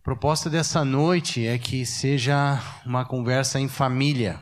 proposta dessa noite é que seja uma conversa em família.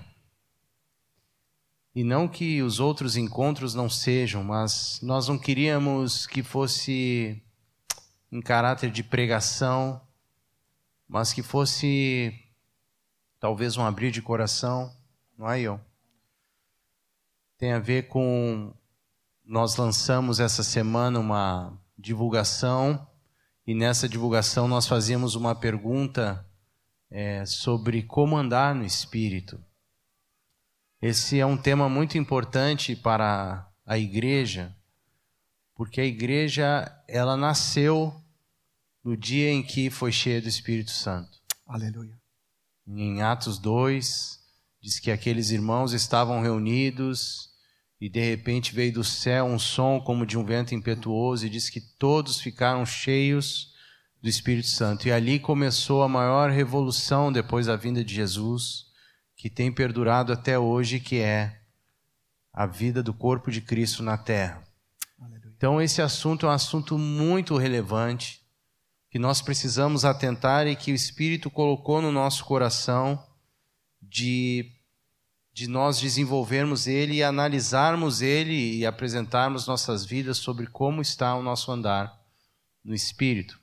E não que os outros encontros não sejam, mas nós não queríamos que fosse em caráter de pregação, mas que fosse talvez um abrir de coração, não é, Ion? Tem a ver com... Nós lançamos essa semana uma divulgação, e nessa divulgação nós fazíamos uma pergunta sobre como andar no Espírito. Esse é um tema muito importante para a igreja, porque a igreja, ela nasceu no dia em que foi cheia do Espírito Santo. Aleluia. Em Atos 2, diz que aqueles irmãos estavam reunidos e de repente veio do céu um som como de um vento impetuoso e diz que todos ficaram cheios do Espírito Santo. E ali começou a maior revolução depois da vinda de Jesus, que tem perdurado até hoje, que é a vida do corpo de Cristo na terra. Aleluia. Então esse assunto é um assunto muito relevante, que nós precisamos atentar e que o Espírito colocou no nosso coração de nós desenvolvermos ele e analisarmos ele e apresentarmos nossas vidas sobre como está o nosso andar no Espírito.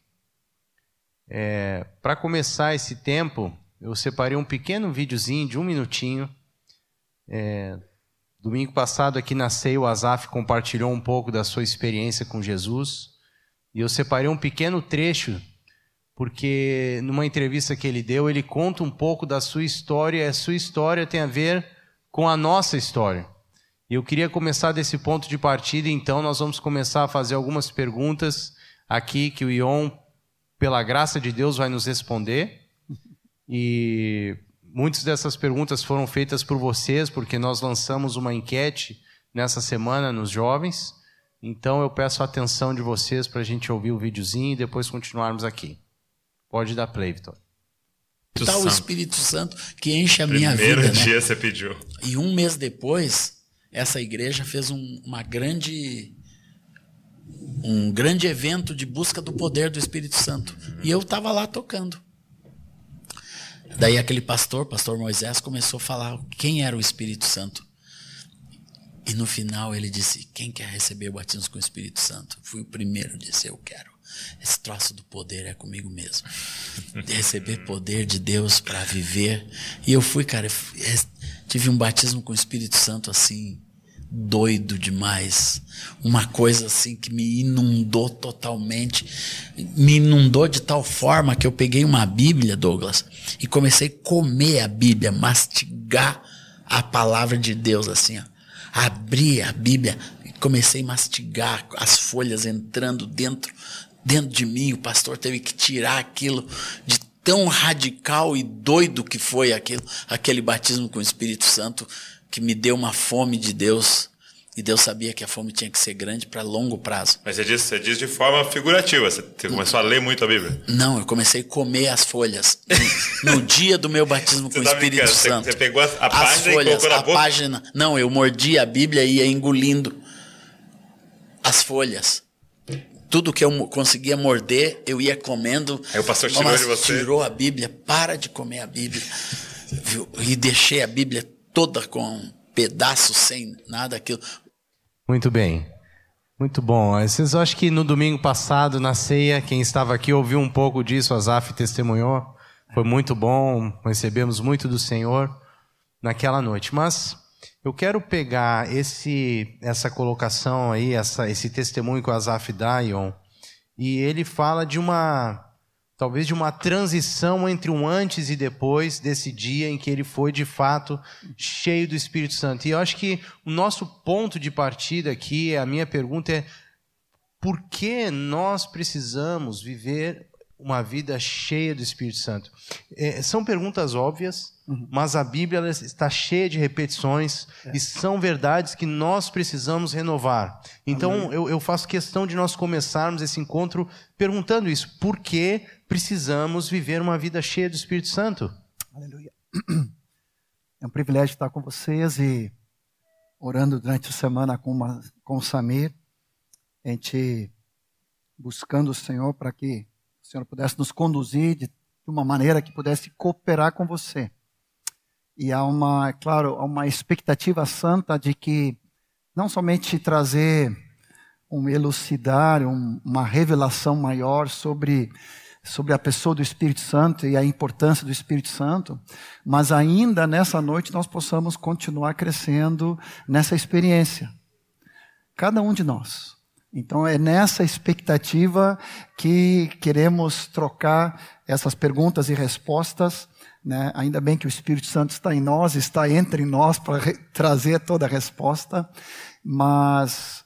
Para começar esse tempo, eu separei um pequeno videozinho de 1 minutinho. Domingo passado aqui na ceia o Azaf compartilhou um pouco da sua experiência com Jesus. E eu separei um pequeno trecho, porque numa entrevista que ele deu, ele conta um pouco da sua história, e a sua história tem a ver com a nossa história. E eu queria começar desse ponto de partida, então nós vamos começar a fazer algumas perguntas aqui que o Ion, pela graça de Deus, vai nos responder. E muitas dessas perguntas foram feitas por vocês, porque nós lançamos uma enquete nessa semana nos jovens. Então eu peço a atenção de vocês para a gente ouvir o videozinho e depois continuarmos aqui. Pode dar play, Vitor. Está o Espírito Santo que enche a minha vida. Primeiro dia você pediu. E 1 mês depois, essa igreja fez um grande evento de busca do poder do Espírito Santo. E eu estava lá tocando. Daí aquele pastor Moisés, começou a falar quem era o Espírito Santo. E no final ele disse, quem quer receber o batismo com o Espírito Santo? Fui o primeiro a dizer, eu quero. Esse troço do poder é comigo mesmo. De receber poder de Deus para viver. E eu fui, cara, tive um batismo com o Espírito Santo assim, doido demais. Uma coisa assim que me inundou totalmente. Me inundou de tal forma que eu peguei uma Bíblia, Douglas, e comecei a comer a Bíblia, mastigar a palavra de Deus assim, ó. Abri a Bíblia e comecei a mastigar as folhas entrando dentro de mim. O pastor teve que tirar aquilo de tão radical e doido que foi aquele batismo com o Espírito Santo, que me deu uma fome de Deus. E Deus sabia que a fome tinha que ser grande para longo prazo. Mas você diz de forma figurativa. Você começou a ler muito a Bíblia. Não, eu comecei a comer as folhas. No dia do meu batismo com o Espírito Santo. Você pegou a página e colocou na boca? Página. Não, eu mordi a Bíblia e ia engolindo as folhas. Tudo que eu conseguia morder, eu ia comendo. Aí o pastor tirou de você? Tirou a Bíblia. Para de comer a Bíblia. Viu? E deixei a Bíblia toda com pedaços, sem nada aquilo. Muito bem. Muito bom. Vocês acham que no domingo passado, na ceia, quem estava aqui ouviu um pouco disso, o Azaf testemunhou. Foi muito bom, recebemos muito do Senhor naquela noite. Mas eu quero pegar essa colocação aí, esse testemunho que o Azaf dá, Ion, e ele fala talvez de uma transição entre um antes e depois desse dia em que ele foi de fato cheio do Espírito Santo. E eu acho que o nosso ponto de partida aqui, a minha pergunta é: por que nós precisamos viver uma vida cheia do Espírito Santo? São perguntas óbvias, mas a Bíblia ela está cheia de repetições e são verdades que nós precisamos renovar. Então eu faço questão de nós começarmos esse encontro perguntando isso: por que precisamos viver uma vida cheia do Espírito Santo? Aleluia. É um privilégio estar com vocês e orando durante a semana com o Samir, a gente buscando o Senhor para que o Senhor pudesse nos conduzir de uma maneira que pudesse cooperar com você. E há uma expectativa santa de que não somente trazer elucidar, uma revelação maior sobre a pessoa do Espírito Santo e a importância do Espírito Santo, mas ainda nessa noite nós possamos continuar crescendo nessa experiência. Cada um de nós. Então é nessa expectativa que queremos trocar essas perguntas e respostas, né? Ainda bem que o Espírito Santo está em nós, está entre nós para trazer toda a resposta, mas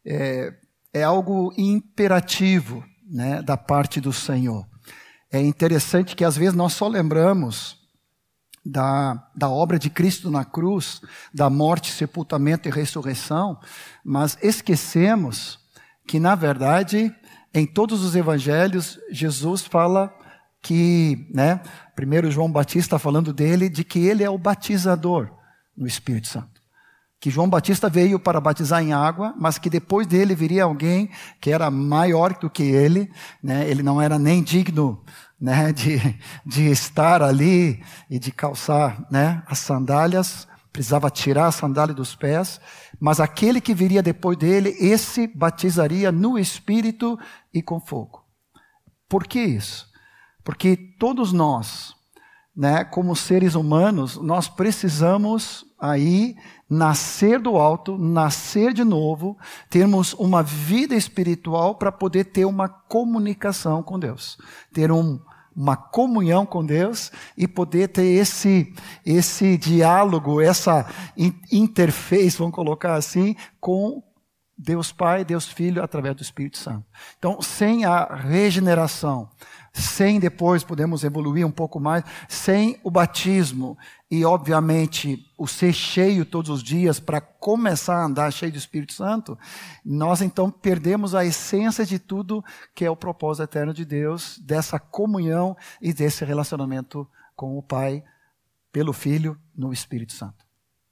é algo imperativo, né, da parte do Senhor. É interessante que às vezes nós só lembramos da obra de Cristo na cruz, da morte, sepultamento e ressurreição, mas esquecemos que, na verdade, em todos os evangelhos, Jesus fala que, né, primeiro João Batista falando dele, de que ele é o batizador no Espírito Santo. Que João Batista veio para batizar em água, mas que depois dele viria alguém que era maior do que ele, né? Ele não era nem digno, né, de estar ali e de calçar, né, as sandálias, precisava tirar a sandália dos pés, mas aquele que viria depois dele, esse batizaria no Espírito e com fogo. Por que isso? Porque todos nós, né, como seres humanos, nós precisamos aí nascer do alto, nascer de novo, termos uma vida espiritual para poder ter uma comunicação com Deus, ter uma comunhão com Deus e poder ter esse diálogo, essa interface, vamos colocar assim, com Deus Pai, Deus Filho, através do Espírito Santo. Então, sem a regeneração, sem depois, podemos evoluir um pouco mais, sem o batismo e, obviamente, o ser cheio todos os dias para começar a andar cheio do Espírito Santo, nós então perdemos a essência de tudo que é o propósito eterno de Deus, dessa comunhão e desse relacionamento com o Pai, pelo Filho, no Espírito Santo.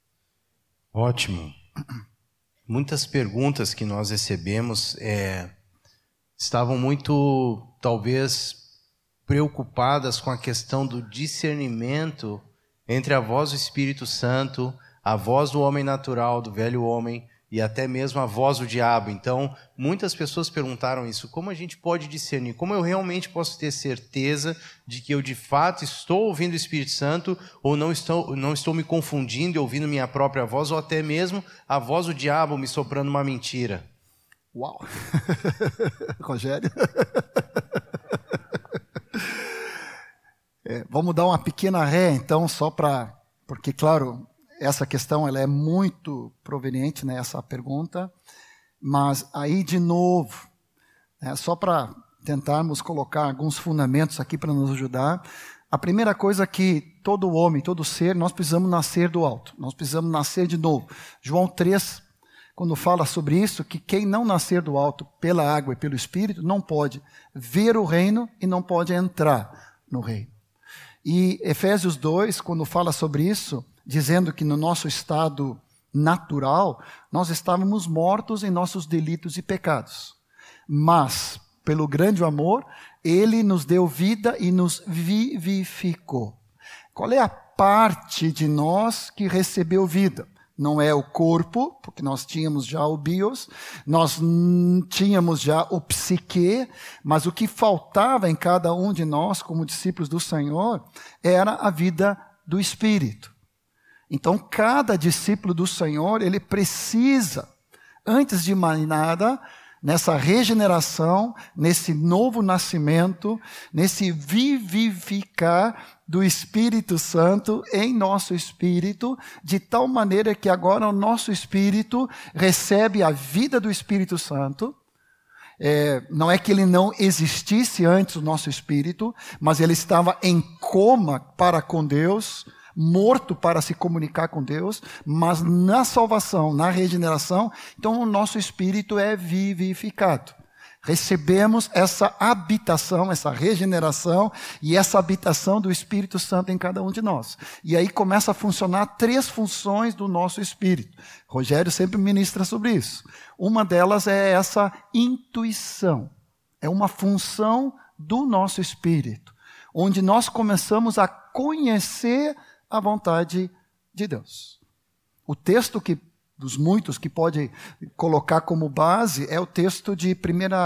Ótimo. Muitas perguntas que nós recebemos estavam muito, talvez, preocupadas com a questão do discernimento entre a voz do Espírito Santo, a voz do homem natural, do velho homem, e até mesmo a voz do diabo. Então, muitas pessoas perguntaram isso: como a gente pode discernir? Como eu realmente posso ter certeza de que eu de fato estou ouvindo o Espírito Santo, ou não estou me confundindo e ouvindo minha própria voz, ou até mesmo a voz do diabo me soprando uma mentira? Uau! Rogério? Vamos dar uma pequena ré, então, porque, claro, essa questão ela é muito proveniente, né, essa pergunta, mas aí, de novo, só para tentarmos colocar alguns fundamentos aqui para nos ajudar, a primeira coisa é que todo homem, todo ser, nós precisamos nascer do alto, nós precisamos nascer de novo. João 3, quando fala sobre isso, que quem não nascer do alto pela água e pelo Espírito, não pode ver o reino e não pode entrar no reino. E Efésios 2, quando fala sobre isso, dizendo que no nosso estado natural, nós estávamos mortos em nossos delitos e pecados. Mas, pelo grande amor, Ele nos deu vida e nos vivificou. Qual é a parte de nós que recebeu vida? Não é o corpo, porque nós tínhamos já o bios, nós tínhamos já o psique, mas o que faltava em cada um de nós, como discípulos do Senhor, era a vida do Espírito. Então, cada discípulo do Senhor, ele precisa, antes de mais nada, nessa regeneração, nesse novo nascimento, nesse vivificar do Espírito Santo em nosso espírito, de tal maneira que agora o nosso espírito recebe a vida do Espírito Santo. Não é que ele não existisse antes, o nosso espírito, mas ele estava em coma para com Deus, morto para se comunicar com Deus, mas na salvação, na regeneração, então o nosso espírito é vivificado. Recebemos essa habitação, essa regeneração e essa habitação do Espírito Santo em cada um de nós. E aí começa a funcionar 3 funções do nosso espírito. Rogério sempre ministra sobre isso. Uma delas é essa intuição. É uma função do nosso espírito. onde nós começamos a conhecer a vontade de Deus. O texto dos muitos que pode colocar como base é o texto de 1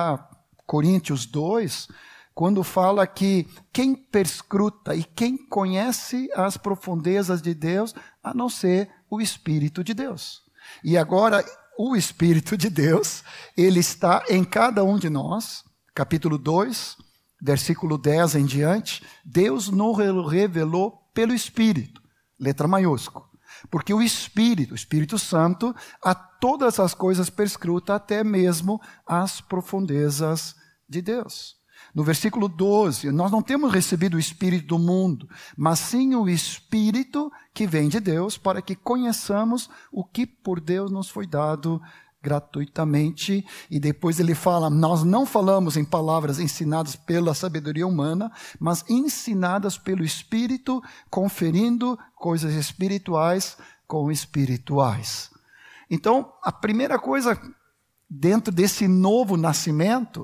Coríntios 2, quando fala que quem perscruta e quem conhece as profundezas de Deus, a não ser o Espírito de Deus. E agora, o Espírito de Deus, ele está em cada um de nós, capítulo 2, versículo 10 em diante, Deus nos revelou pelo Espírito, letra maiúscula. Porque o Espírito Santo, a todas as coisas perscruta, até mesmo as profundezas de Deus. No versículo 12, nós não temos recebido o Espírito do mundo, mas sim o Espírito que vem de Deus, para que conheçamos o que por Deus nos foi dado gratuitamente. E depois ele fala, nós não falamos em palavras ensinadas pela sabedoria humana, mas ensinadas pelo Espírito, conferindo coisas espirituais com espirituais. Então, a primeira coisa dentro desse novo nascimento,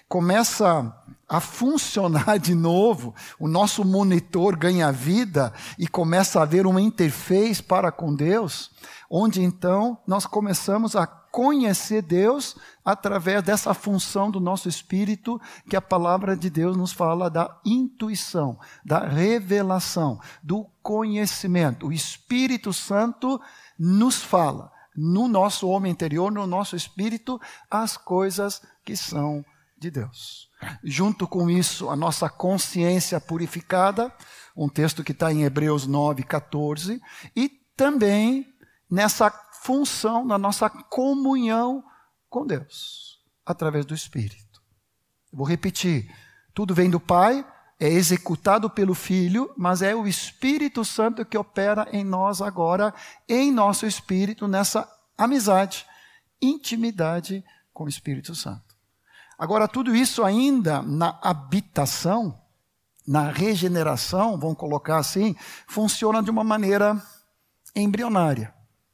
começa a funcionar de novo, o nosso monitor ganha vida e começa a haver uma interface para com Deus, onde então nós começamos a conhecer Deus através dessa função do nosso espírito, que a palavra de Deus nos fala da intuição, da revelação, do conhecimento. O Espírito Santo nos fala no nosso homem interior, no nosso espírito, as coisas que são de Deus. Junto com isso, a nossa consciência purificada, um texto que está em Hebreus 9:14, e também nessa função da nossa comunhão com Deus, através do Espírito. Eu vou repetir, tudo vem do Pai, é executado pelo Filho, mas é o Espírito Santo que opera em nós agora, em nosso espírito, nessa amizade, intimidade com o Espírito Santo. Agora, tudo isso ainda na habitação, na regeneração, vamos colocar assim, funciona de uma maneira embrionária,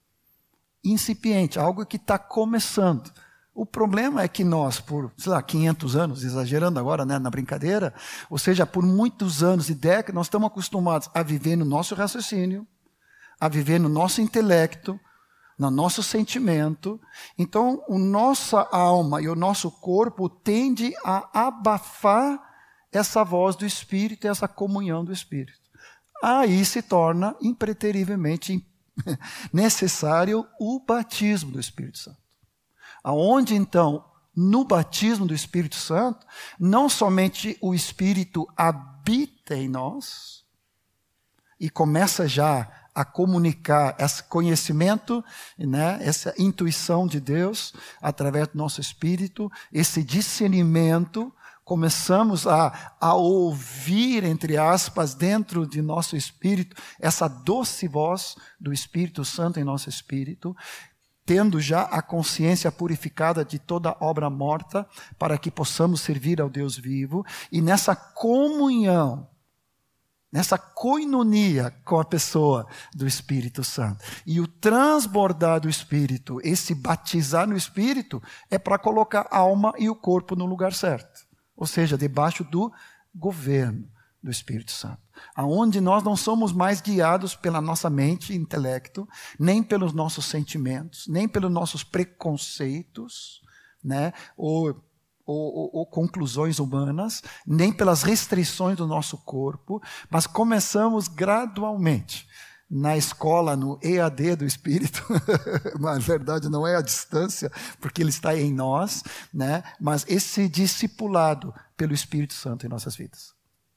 incipiente, algo que está começando. O problema é que nós, por, 500 anos, exagerando agora, né, na brincadeira, ou seja, por muitos anos e décadas, nós estamos acostumados a viver no nosso raciocínio, a viver no nosso intelecto, no nosso sentimento. Então, a nossa alma e o nosso corpo tende a abafar essa voz do Espírito e essa comunhão do Espírito. Aí se torna impreterivelmente necessário o batismo do Espírito Santo. Aonde então, no batismo do Espírito Santo, não somente o Espírito habita em nós e começa já a comunicar esse conhecimento, né, essa intuição de Deus através do nosso espírito, esse discernimento, começamos a ouvir, entre aspas, dentro de nosso espírito, essa doce voz do Espírito Santo em nosso espírito, tendo já a consciência purificada de toda obra morta, para que possamos servir ao Deus vivo, e nessa comunhão, nessa koinonia com a pessoa do Espírito Santo. E o transbordar do Espírito, esse batizar no Espírito, é para colocar a alma e o corpo no lugar certo. Ou seja, debaixo do governo do Espírito Santo. Aonde nós não somos mais guiados pela nossa mente e intelecto, nem pelos nossos sentimentos, nem pelos nossos preconceitos, né, ou conclusões humanas, nem pelas restrições do nosso corpo, mas começamos gradualmente na escola, no EAD do Espírito, na verdade não é a distância, porque ele está em nós, né? Mas esse discipulado pelo Espírito Santo em nossas vidas.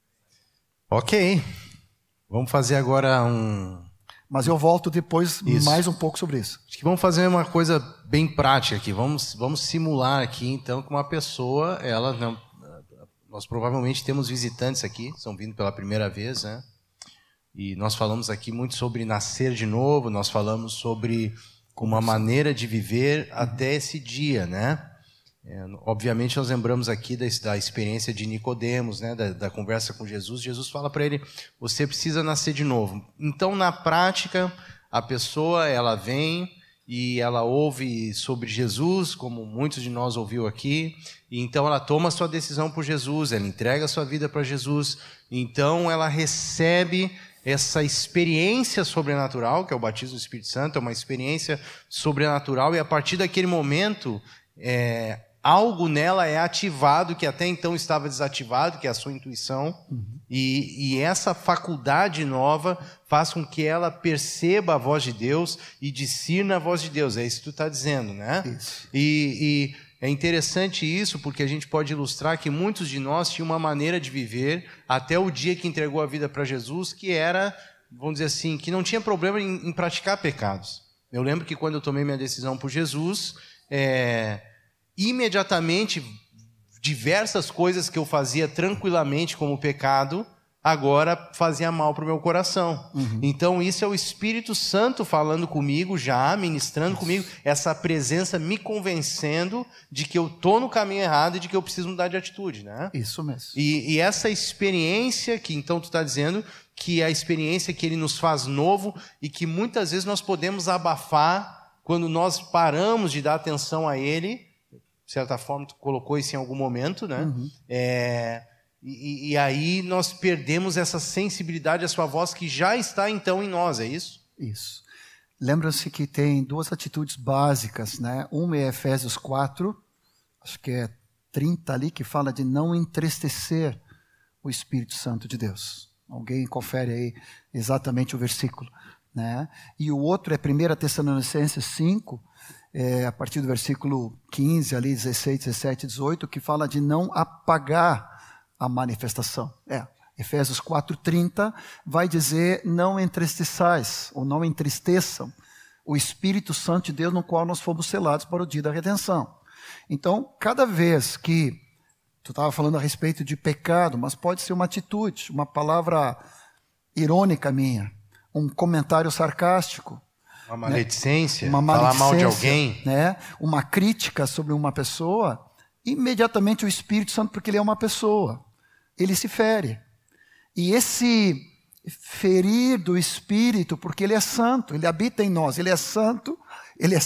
Ok, vamos fazer agora Mas eu volto depois mais um pouco sobre isso. Acho que vamos fazer uma coisa bem prática aqui. Vamos simular aqui, então, que uma pessoa, nós provavelmente temos visitantes aqui, estão vindo pela primeira vez, né? E nós falamos aqui muito sobre nascer de novo, nós falamos sobre uma maneira de viver até esse dia, né? Obviamente nós lembramos aqui da experiência de Nicodemos, né? Da conversa com Jesus. Jesus fala para ele, você precisa nascer de novo. Então, na prática, a pessoa, ela vem e ela ouve sobre Jesus, como muitos de nós ouviu aqui, e então ela toma a sua decisão por Jesus, ela entrega a sua vida para Jesus, então ela recebe essa experiência sobrenatural, que é o batismo do Espírito Santo, é uma experiência sobrenatural, e a partir daquele momento, algo nela é ativado, que até então estava desativado, que é a sua intuição, e essa faculdade nova faz com que ela perceba a voz de Deus e discirna a voz de Deus. É isso que tu está dizendo, né? Isso. E é interessante isso, porque a gente pode ilustrar que muitos de nós tinham uma maneira de viver até o dia que entregou a vida para Jesus, que era, vamos dizer assim, que não tinha problema em praticar pecados. Eu lembro que quando eu tomei minha decisão por Jesus, imediatamente diversas coisas que eu fazia tranquilamente como pecado, agora fazia mal para o meu coração. Então isso é o Espírito Santo falando comigo, já ministrando comigo, essa presença me convencendo de que eu estou no caminho errado e de que eu preciso mudar de atitude, né? Isso mesmo. E essa experiência que então tu está dizendo, que é a experiência que ele nos faz novo e que muitas vezes nós podemos abafar quando nós paramos de dar atenção a ele. De certa forma, tu colocou isso em algum momento, né? E aí nós perdemos essa sensibilidade à sua voz que já está então em nós, é isso? Isso. Lembra-se que tem duas atitudes básicas, né? Uma é Efésios 4, acho que é 30 ali, que fala de não entristecer o Espírito Santo de Deus. Alguém confere aí exatamente o versículo, né? E o outro é 1 Tessalonicenses 5, a partir do versículo 15, ali, 16, 17, 18, que fala de não apagar a manifestação. Efésios 4:30 vai dizer, não entristeçais, ou não entristeçam o Espírito Santo de Deus, no qual nós fomos selados para o dia da redenção. Então, cada vez que, tu estava falando a respeito de pecado, mas pode ser uma atitude, uma palavra irônica minha, um comentário sarcástico, uma maledicência, né? Falar mal de alguém, né? Uma crítica sobre uma pessoa, imediatamente o Espírito Santo, porque ele é uma pessoa, ele se fere. E esse ferir do Espírito, porque ele é santo, ele habita em nós, ele é santo e ele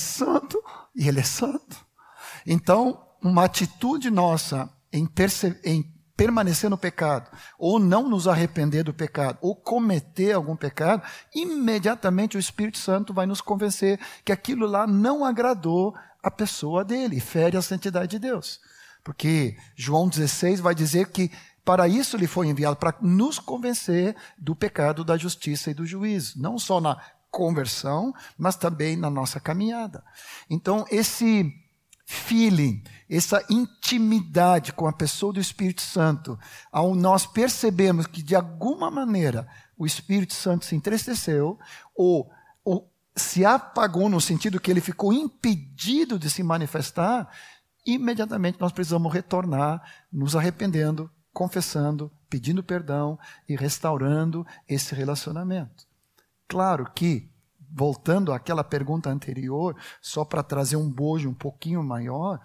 é santo. Então, uma atitude nossa em permanecer no pecado, ou não nos arrepender do pecado, ou cometer algum pecado, imediatamente o Espírito Santo vai nos convencer que aquilo lá não agradou a pessoa dele, fere a santidade de Deus. Porque João 16 vai dizer que para isso ele foi enviado, para nos convencer do pecado, da justiça e do juízo, não só na conversão, mas também na nossa caminhada. Então, esse feeling, essa intimidade com a pessoa do Espírito Santo, ao nós percebemos que de alguma maneira o Espírito Santo se entristeceu ou se apagou no sentido que ele ficou impedido de se manifestar, imediatamente nós precisamos retornar, nos arrependendo, confessando, pedindo perdão e restaurando esse relacionamento. Claro que, voltando àquela pergunta anterior, só para trazer um bojo um pouquinho maior,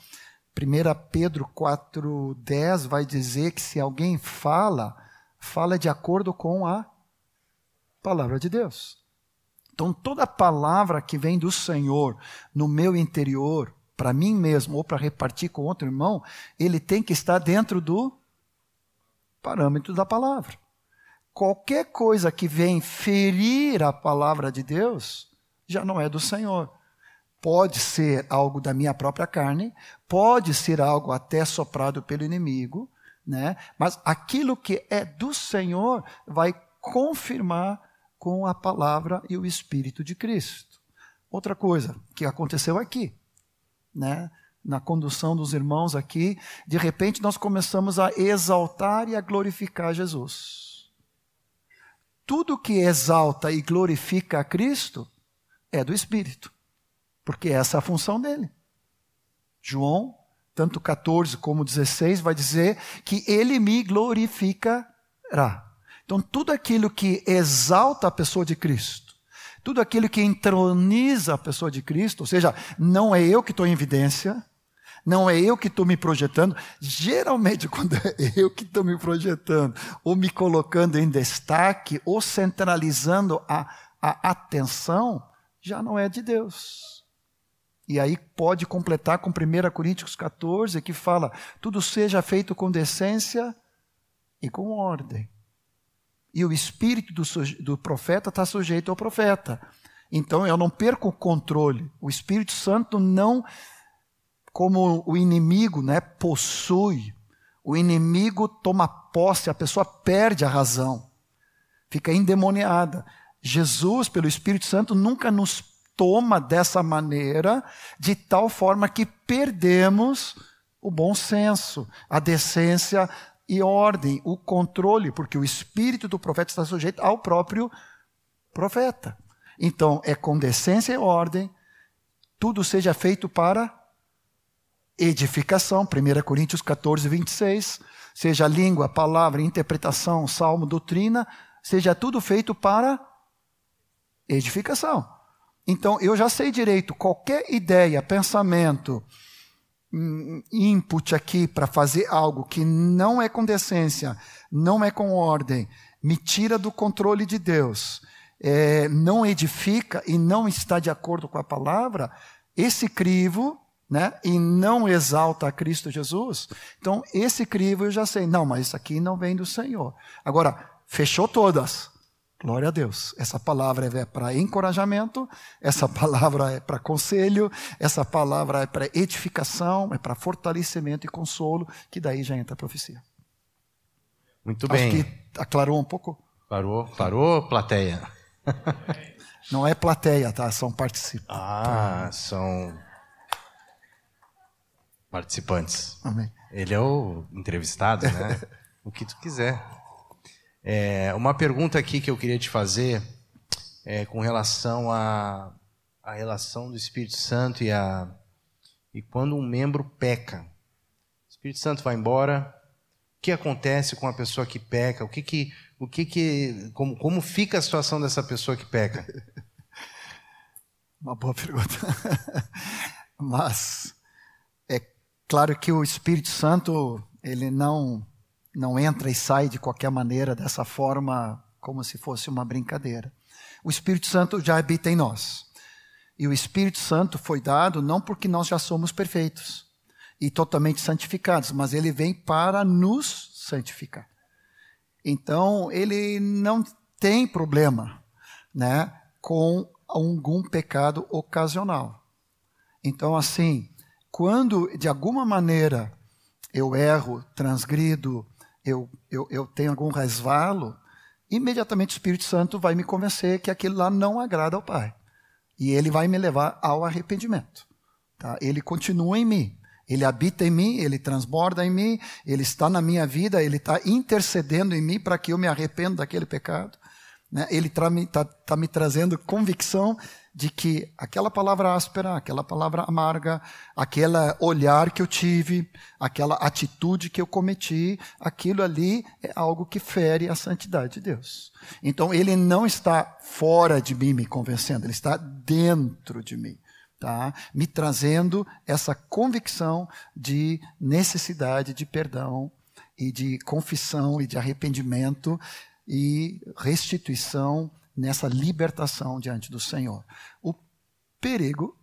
1 Pedro 4,10 vai dizer que se alguém fala de acordo com a palavra de Deus. Então, toda palavra que vem do Senhor no meu interior, para mim mesmo ou para repartir com outro irmão, ele tem que estar dentro do parâmetro da palavra. Qualquer coisa que vem ferir a palavra de Deus, já não é do Senhor. Pode ser algo da minha própria carne, pode ser algo até soprado pelo inimigo, né? Mas aquilo que é do Senhor vai confirmar com a palavra e o Espírito de Cristo. Outra coisa que aconteceu aqui, né? Na condução dos irmãos aqui, de repente nós começamos a exaltar e a glorificar Jesus. Tudo que exalta e glorifica a Cristo é do Espírito, porque essa é a função dele. João, tanto 14 como 16, vai dizer que ele me glorificará. Então, tudo aquilo que exalta a pessoa de Cristo, tudo aquilo que entroniza a pessoa de Cristo, ou seja, não é eu que estou em evidência, não é eu que estou me projetando. Geralmente, quando é eu que estou me projetando, ou me colocando em destaque, ou centralizando a atenção, já não é de Deus. E aí pode completar com 1 Coríntios 14, que fala, tudo seja feito com decência e com ordem. E o espírito do profeta está sujeito ao profeta. Então eu não perco o controle. O Espírito Santo não, como o inimigo, né, possui. O inimigo toma posse, a pessoa perde a razão. Fica endemoniada. Jesus, pelo Espírito Santo, nunca nos toma dessa maneira, de tal forma que perdemos o bom senso, a decência e ordem, o controle, porque o espírito do profeta está sujeito ao próprio profeta. Então, é com decência e ordem, tudo seja feito para edificação, 1 Coríntios 14, 26, seja língua, palavra, interpretação, salmo, doutrina, seja tudo feito para edificação. Então, eu já sei direito, qualquer ideia, pensamento, input aqui para fazer algo que não é com decência, não é com ordem, me tira do controle de Deus, não edifica e não está de acordo com a palavra, esse crivo, né, e não exalta a Cristo Jesus, então esse crivo eu já sei, não, mas isso aqui não vem do Senhor. Agora, fechou todas. Glória a Deus. Essa palavra é para encorajamento, essa palavra é para conselho, essa palavra é para edificação, é para fortalecimento e consolo, que daí já entra a profecia. Muito bem. Acho que aclarou um pouco? Parou, plateia. Não é plateia, tá? São participantes. São participantes. Amém. Ele é o entrevistado, né? O que tu quiser. Uma pergunta aqui que eu queria te fazer é com relação à relação do Espírito Santo e quando um membro peca. O Espírito Santo vai embora, o que acontece com a pessoa que peca? Como fica a situação dessa pessoa que peca? Uma boa pergunta. Mas é claro que o Espírito Santo, ele não entra e sai de qualquer maneira, dessa forma, como se fosse uma brincadeira. O Espírito Santo já habita em nós. E o Espírito Santo foi dado não porque nós já somos perfeitos e totalmente santificados, mas ele vem para nos santificar. Então, ele não tem problema, né, com algum pecado ocasional. Então, assim, quando de alguma maneira eu erro, transgrido, eu tenho algum resvalo, imediatamente o Espírito Santo vai me convencer que aquilo lá não agrada ao Pai. E ele vai me levar ao arrependimento. Tá? Ele continua em mim. Ele habita em mim, ele transborda em mim, ele está na minha vida, ele está intercedendo em mim para que eu me arrependa daquele pecado. Né? Ele está me trazendo convicção de que aquela palavra áspera, aquela palavra amarga, aquele olhar que eu tive, aquela atitude que eu cometi, aquilo ali é algo que fere a santidade de Deus. Então ele não está fora de mim me convencendo, ele está dentro de mim. Tá? Me trazendo essa convicção de necessidade de perdão e de confissão e de arrependimento e restituição nessa libertação diante do Senhor. O perigo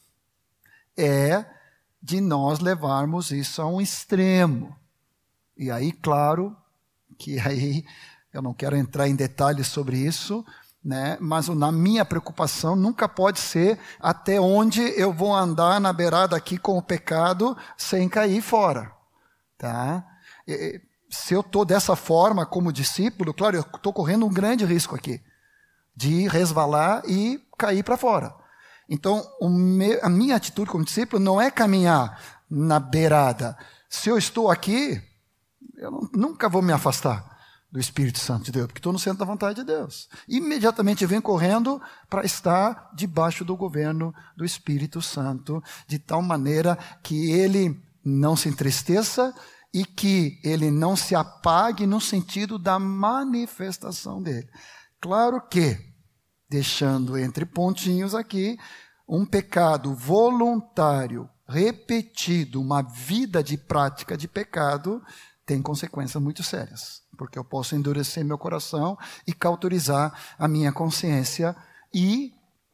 é de nós levarmos isso a um extremo. E aí, claro, que aí eu não quero entrar em detalhes sobre isso, né? Mas na minha preocupação nunca pode ser até onde eu vou andar na beirada aqui com o pecado sem cair fora. Tá? Se eu estou dessa forma como discípulo, claro, eu estou correndo um grande risco aqui de resvalar e cair para fora. Então, a minha atitude como discípulo não é caminhar na beirada. Se eu estou aqui, eu nunca vou me afastar do Espírito Santo de Deus, porque estou no centro da vontade de Deus. Imediatamente venho correndo para estar debaixo do governo do Espírito Santo, de tal maneira que ele não se entristeça e que ele não se apague no sentido da manifestação dele. Claro que, deixando entre pontinhos aqui, um pecado voluntário, repetido, uma vida de prática de pecado, tem consequências muito sérias. Porque eu posso endurecer meu coração e cauterizar a minha consciência e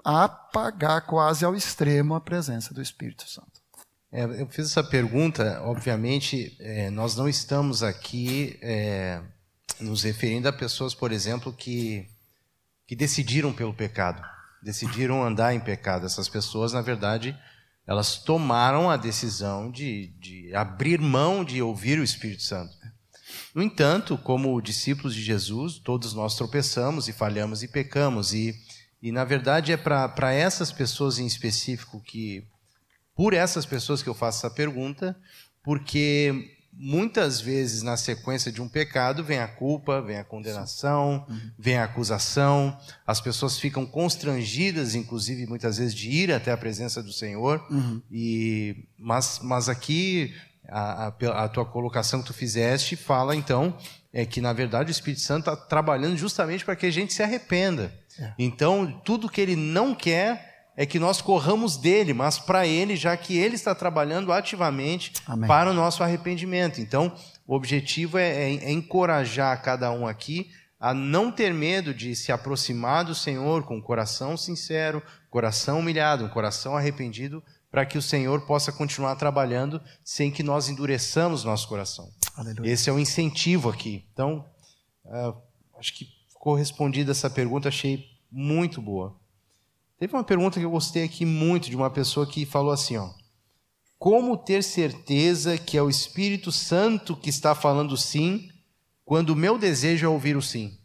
apagar quase ao extremo a presença do Espírito Santo. Eu fiz essa pergunta, obviamente, nós não estamos aqui nos referindo a pessoas, por exemplo, que decidiram pelo pecado, decidiram andar em pecado. Essas pessoas, na verdade, elas tomaram a decisão de abrir mão de ouvir o Espírito Santo. No entanto, como discípulos de Jesus, todos nós tropeçamos e falhamos e pecamos. E na verdade, é para essas pessoas em específico por essas pessoas que eu faço essa pergunta, porque muitas vezes na sequência de um pecado vem a culpa, vem a condenação, vem a acusação, as pessoas ficam constrangidas, inclusive muitas vezes, de ir até a presença do Senhor, mas aqui a tua colocação que tu fizeste fala então que na verdade o Espírito Santo está trabalhando justamente para que a gente se arrependa. Então tudo que ele não quer é que nós corramos dele, mas para ele, já que ele está trabalhando ativamente para o nosso arrependimento. Então, o objetivo é encorajar cada um aqui a não ter medo de se aproximar do Senhor com um coração sincero, coração humilhado, um coração arrependido, para que o Senhor possa continuar trabalhando sem que nós endureçamos nosso coração. Aleluia. Esse é o incentivo aqui. Então, acho que ficou respondida essa pergunta, achei muito boa. Teve uma pergunta que eu gostei aqui muito, de uma pessoa que falou assim, como ter certeza que é o Espírito Santo que está falando sim, quando o meu desejo é ouvir o sim?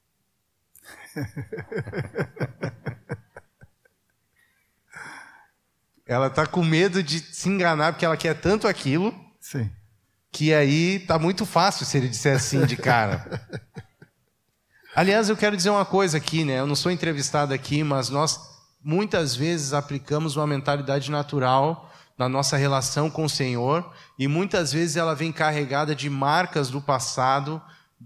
Ela está com medo de se enganar, porque ela quer tanto aquilo, sim, que aí está muito fácil se ele disser sim de cara. Aliás, eu quero dizer uma coisa aqui, né? Eu não sou entrevistado aqui, mas nós muitas vezes aplicamos uma mentalidade natural na nossa relação com o Senhor, e muitas vezes ela vem carregada de marcas do passado,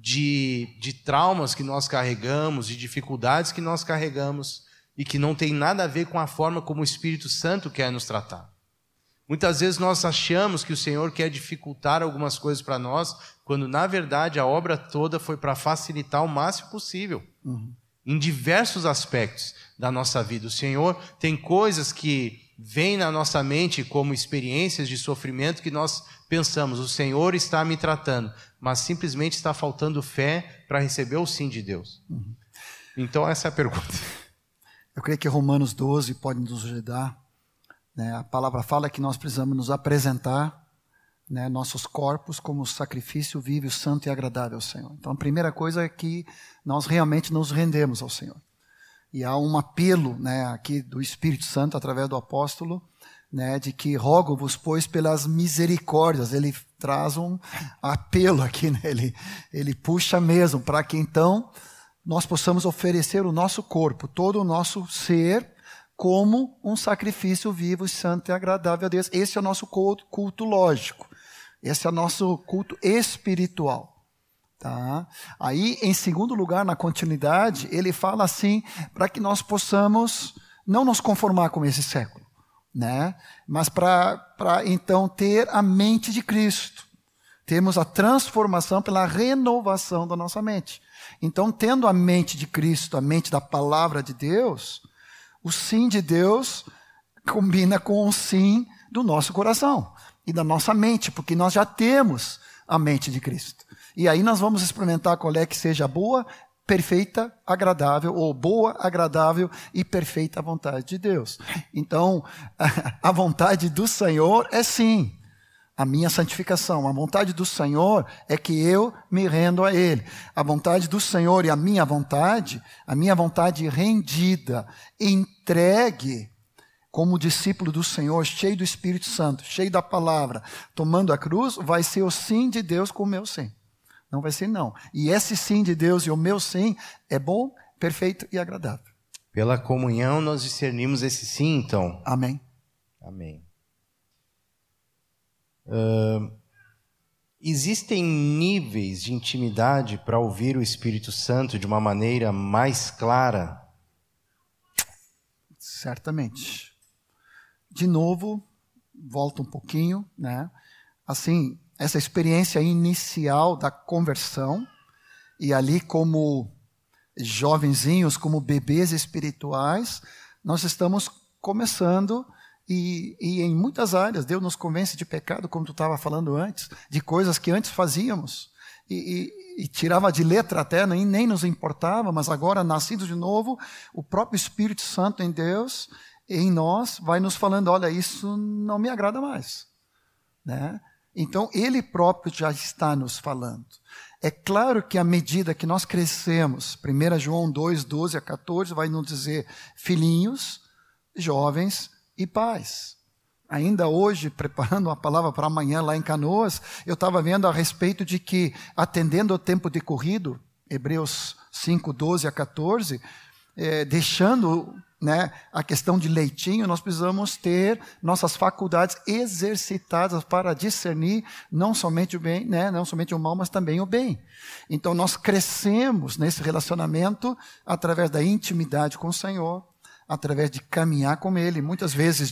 de traumas que nós carregamos, de dificuldades que nós carregamos, e que não tem nada a ver com a forma como o Espírito Santo quer nos tratar. Muitas vezes nós achamos que o Senhor quer dificultar algumas coisas para nós, quando na verdade a obra toda foi para facilitar o máximo possível. Em diversos aspectos da nossa vida. O Senhor tem coisas que vêm na nossa mente como experiências de sofrimento que nós pensamos, o Senhor está me tratando, mas simplesmente está faltando fé para receber o sim de Deus. Então essa é a pergunta. Eu creio que Romanos 12 pode nos ajudar, né? A palavra fala que nós precisamos nos apresentar, né, nossos corpos como sacrifício vivo, santo e agradável ao Senhor. Então a primeira coisa é que nós realmente nos rendemos ao Senhor. E há um apelo, né, aqui do Espírito Santo através do apóstolo, né, de que rogo-vos, pois, pelas misericórdias. Ele traz um apelo aqui, né? Ele puxa mesmo para que então nós possamos oferecer o nosso corpo, todo o nosso ser, como um sacrifício vivo, santo e agradável a Deus. Esse é o nosso culto lógico. Esse é o nosso culto espiritual. Tá? Aí, em segundo lugar, na continuidade, ele fala assim, para que nós possamos não nos conformar com esse século, né? Mas para então ter a mente de Cristo. Temos a transformação pela renovação da nossa mente. Então, tendo a mente de Cristo, a mente da palavra de Deus, o sim de Deus combina com o sim do nosso coração e da nossa mente, porque nós já temos a mente de Cristo. E aí nós vamos experimentar qual é que seja boa, perfeita, agradável, ou boa, agradável e perfeita a vontade de Deus. Então, a vontade do Senhor é sim a minha santificação. A vontade do Senhor é que eu me rendo a Ele. A vontade do Senhor e a minha vontade rendida, entregue, como discípulo do Senhor, cheio do Espírito Santo, cheio da palavra, tomando a cruz, vai ser o sim de Deus com o meu sim. Não vai ser não. E esse sim de Deus e o meu sim é bom, perfeito e agradável. Pela comunhão nós discernimos esse sim, então. Amém. Amém. Existem níveis de intimidade para ouvir o Espírito Santo de uma maneira mais clara? Certamente. De novo, volta um pouquinho, né? Assim, essa experiência inicial da conversão, e ali como jovenzinhos, como bebês espirituais, nós estamos começando e em muitas áreas Deus nos convence de pecado, como tu estava falando antes, de coisas que antes fazíamos e tirava de letra até, nem nos importava, mas agora, nascidos de novo, o próprio Espírito Santo em Deus, em nós, vai nos falando, olha, isso não me agrada mais, né? Então, Ele próprio já está nos falando. É claro que à medida que nós crescemos, 1 João 2, 12 a 14, vai nos dizer filhinhos, jovens e pais. Ainda hoje, preparando uma palavra para amanhã lá em Canoas, eu estava vendo a respeito de que, atendendo ao tempo decorrido, Hebreus 5, 12 a 14, deixando, né, a questão de leitinho, nós precisamos ter nossas faculdades exercitadas para discernir não somente o bem, né, não somente o mal, mas também o bem. Então nós crescemos nesse relacionamento através da intimidade com o Senhor, através de caminhar com Ele, muitas vezes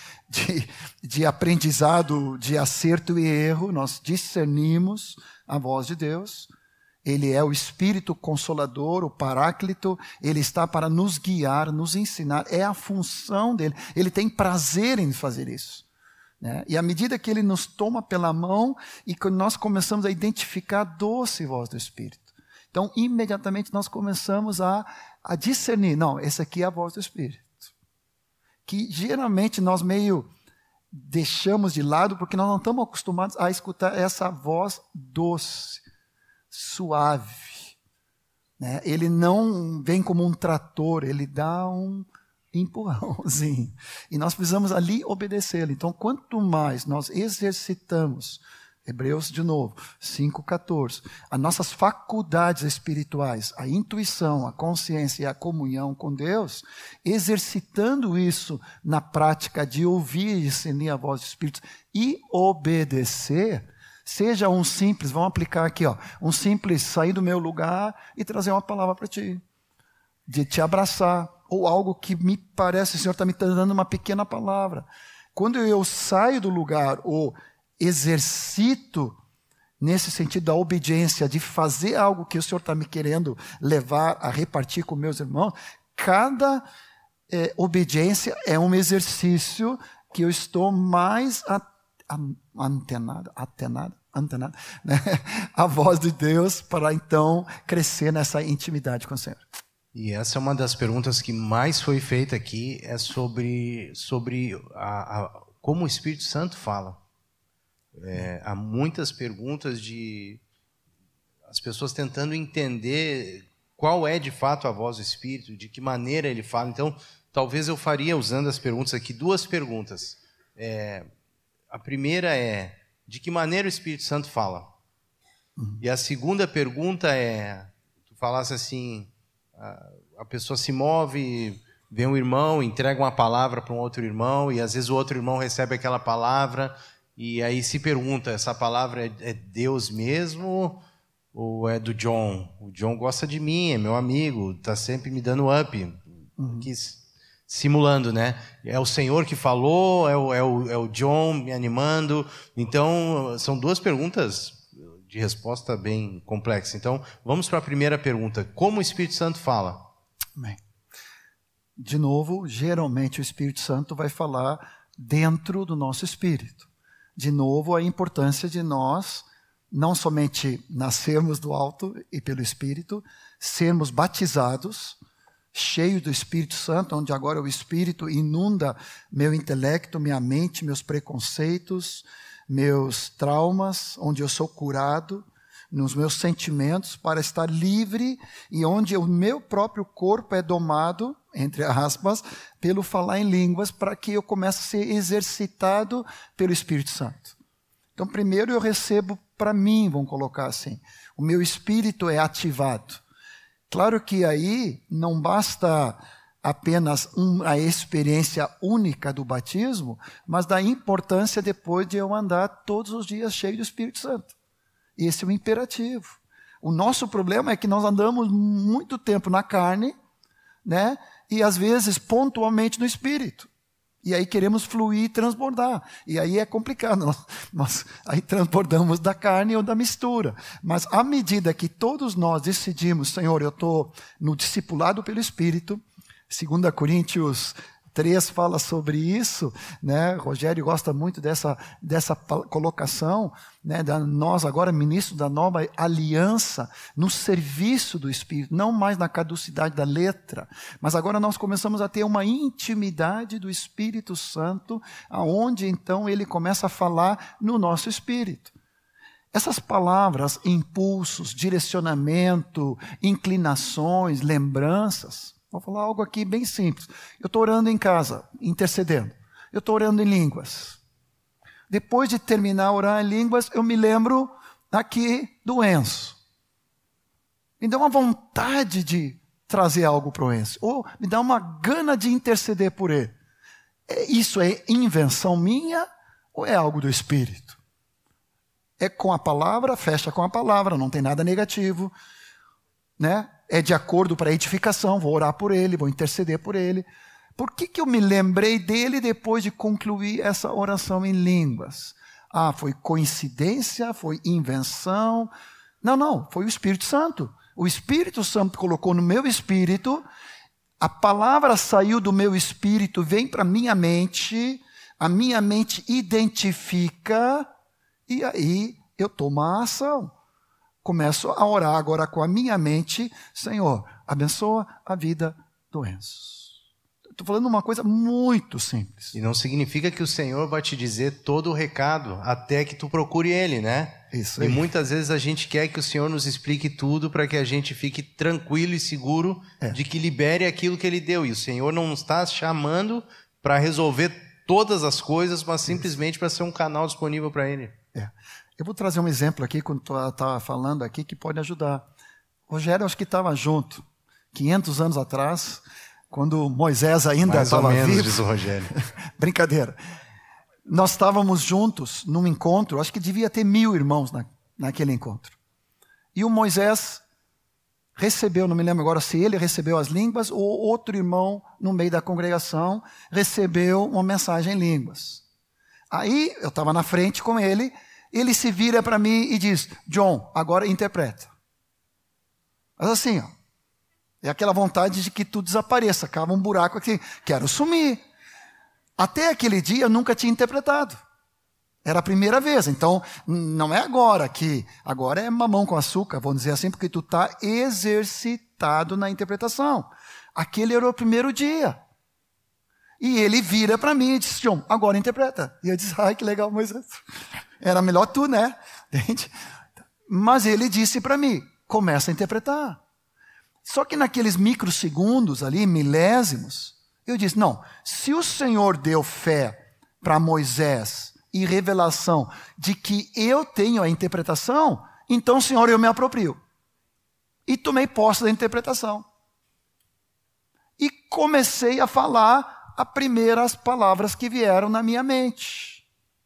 de aprendizado, de acerto e erro, nós discernimos a voz de Deus. Ele é o Espírito Consolador, o Paráclito, Ele está para nos guiar, nos ensinar, é a função dEle, Ele tem prazer em fazer isso, né? E à medida que Ele nos toma pela mão e que nós começamos a identificar a doce voz do Espírito, então imediatamente nós começamos a discernir, não, essa aqui é a voz do Espírito, que geralmente nós meio deixamos de lado porque nós não estamos acostumados a escutar essa voz doce, suave, né? Ele não vem como um trator, ele dá um empurrãozinho. E nós precisamos ali obedecê-lo. Então, quanto mais nós exercitamos, Hebreus de novo, 5,14, as nossas faculdades espirituais, a intuição, a consciência e a comunhão com Deus, exercitando isso na prática de ouvir e discernir a voz do Espírito e obedecer, seja um simples, vamos aplicar aqui, um simples sair do meu lugar e trazer uma palavra para ti, de te abraçar, ou algo que me parece, o Senhor está me dando uma pequena palavra. Quando eu saio do lugar, ou exercito, nesse sentido da obediência, de fazer algo que o Senhor está me querendo levar a repartir com meus irmãos, cada obediência é um exercício que eu estou mais antenado, né? A voz de Deus para então crescer nessa intimidade com o Senhor. E essa é uma das perguntas que mais foi feita aqui, é sobre como o Espírito Santo fala. Há muitas perguntas de as pessoas tentando entender qual é de fato a voz do Espírito, de que maneira ele fala. Então, talvez eu faria, usando as perguntas aqui, 2 perguntas. A primeira é, de que maneira o Espírito Santo fala? E a segunda pergunta é, tu falasse assim, a pessoa se move, vê um irmão, entrega uma palavra para um outro irmão, e às vezes o outro irmão recebe aquela palavra, e aí se pergunta, essa palavra é Deus mesmo ou é do John? O John gosta de mim, é meu amigo, está sempre me dando up. Simulando, né? É o Senhor que falou, é o John me animando. Então, são 2 perguntas de resposta bem complexa. Então, vamos para a primeira pergunta. Como o Espírito Santo fala? Bem, de novo, geralmente o Espírito Santo vai falar dentro do nosso espírito. De novo, a importância de nós não somente nascermos do alto e pelo Espírito, sermos batizados, cheio do Espírito Santo, onde agora o Espírito inunda meu intelecto, minha mente, meus preconceitos, meus traumas, onde eu sou curado, nos meus sentimentos, para estar livre e onde o meu próprio corpo é domado, entre aspas, pelo falar em línguas, para que eu comece a ser exercitado pelo Espírito Santo. Então, primeiro eu recebo para mim, vamos colocar assim, o meu espírito é ativado. Claro que aí não basta apenas a experiência única do batismo, mas da importância depois de eu andar todos os dias cheio do Espírito Santo. Esse é o imperativo. O nosso problema é que nós andamos muito tempo na carne, né? E às vezes pontualmente no Espírito. E aí queremos fluir e transbordar. E aí é complicado. Nós aí transbordamos da carne ou da mistura. Mas à medida que todos nós decidimos, Senhor, eu estou no discipulado pelo Espírito, 2 Coríntios 3 fala sobre isso, né? Rogério gosta muito dessa colocação, né? Nós agora ministros da nova aliança, no serviço do Espírito, não mais na caducidade da letra, mas agora nós começamos a ter uma intimidade do Espírito Santo, aonde então ele começa a falar no nosso espírito. Essas palavras, impulsos, direcionamento, inclinações, lembranças. Vou falar algo aqui bem simples. Eu estou orando em casa, intercedendo. Eu estou orando em línguas. Depois de terminar a orar em línguas, eu me lembro aqui do Enzo. Me dá uma vontade de trazer algo para o Enzo. Ou me dá uma gana de interceder por ele. Isso é invenção minha ou é algo do Espírito? É com a palavra, fecha com a palavra, não tem nada negativo, né? É de acordo para edificação, vou orar por ele, vou interceder por ele. Por que eu me lembrei dele depois de concluir essa oração em línguas? Ah, foi coincidência? Foi invenção? Não, foi o Espírito Santo. O Espírito Santo colocou no meu espírito, a palavra saiu do meu espírito, vem para a minha mente identifica. E aí eu tomo a ação. Começo a orar agora com a minha mente. Senhor, abençoa a vida do Enzo. Estou falando uma coisa muito simples. E não significa que o Senhor vai te dizer todo o recado até que tu procure Ele, né? Isso aí. E muitas vezes a gente quer que o Senhor nos explique tudo para que a gente fique tranquilo e seguro de que libere aquilo que Ele deu. E o Senhor não está chamando para resolver todas as coisas, mas simplesmente para ser um canal disponível para Ele. Eu vou trazer um exemplo aqui, quando estava falando aqui, que pode ajudar. Rogério, acho que estava junto, 500 anos atrás, quando Moisés ainda estava vivo. Mais ou menos, diz o Rogério. Brincadeira. Nós estávamos juntos num encontro, acho que devia ter 1000 irmãos naquele encontro. E o Moisés recebeu, não me lembro agora se ele recebeu as línguas ou outro irmão no meio da congregação recebeu uma mensagem em línguas. Aí eu estava na frente com ele, ele se vira para mim e diz: John, agora interpreta. Mas assim, é aquela vontade de que tu desapareça, cava um buraco aqui, quero sumir. Até aquele dia eu nunca tinha interpretado. Era a primeira vez, então não é agora agora é mamão com açúcar, vamos dizer assim, porque tu está exercitado na interpretação. Aquele era o primeiro dia. E ele vira para mim e diz: John, agora interpreta. E eu disse: ai, que legal, Moisés. Era melhor tu, né? Entende? Mas ele disse para mim: começa a interpretar. Só que naqueles microsegundos ali, milésimos, eu disse: não, se o Senhor deu fé para Moisés e revelação de que eu tenho a interpretação, então, Senhor, eu me aproprio. E tomei posse da interpretação. E comecei a falar as primeiras palavras que vieram na minha mente.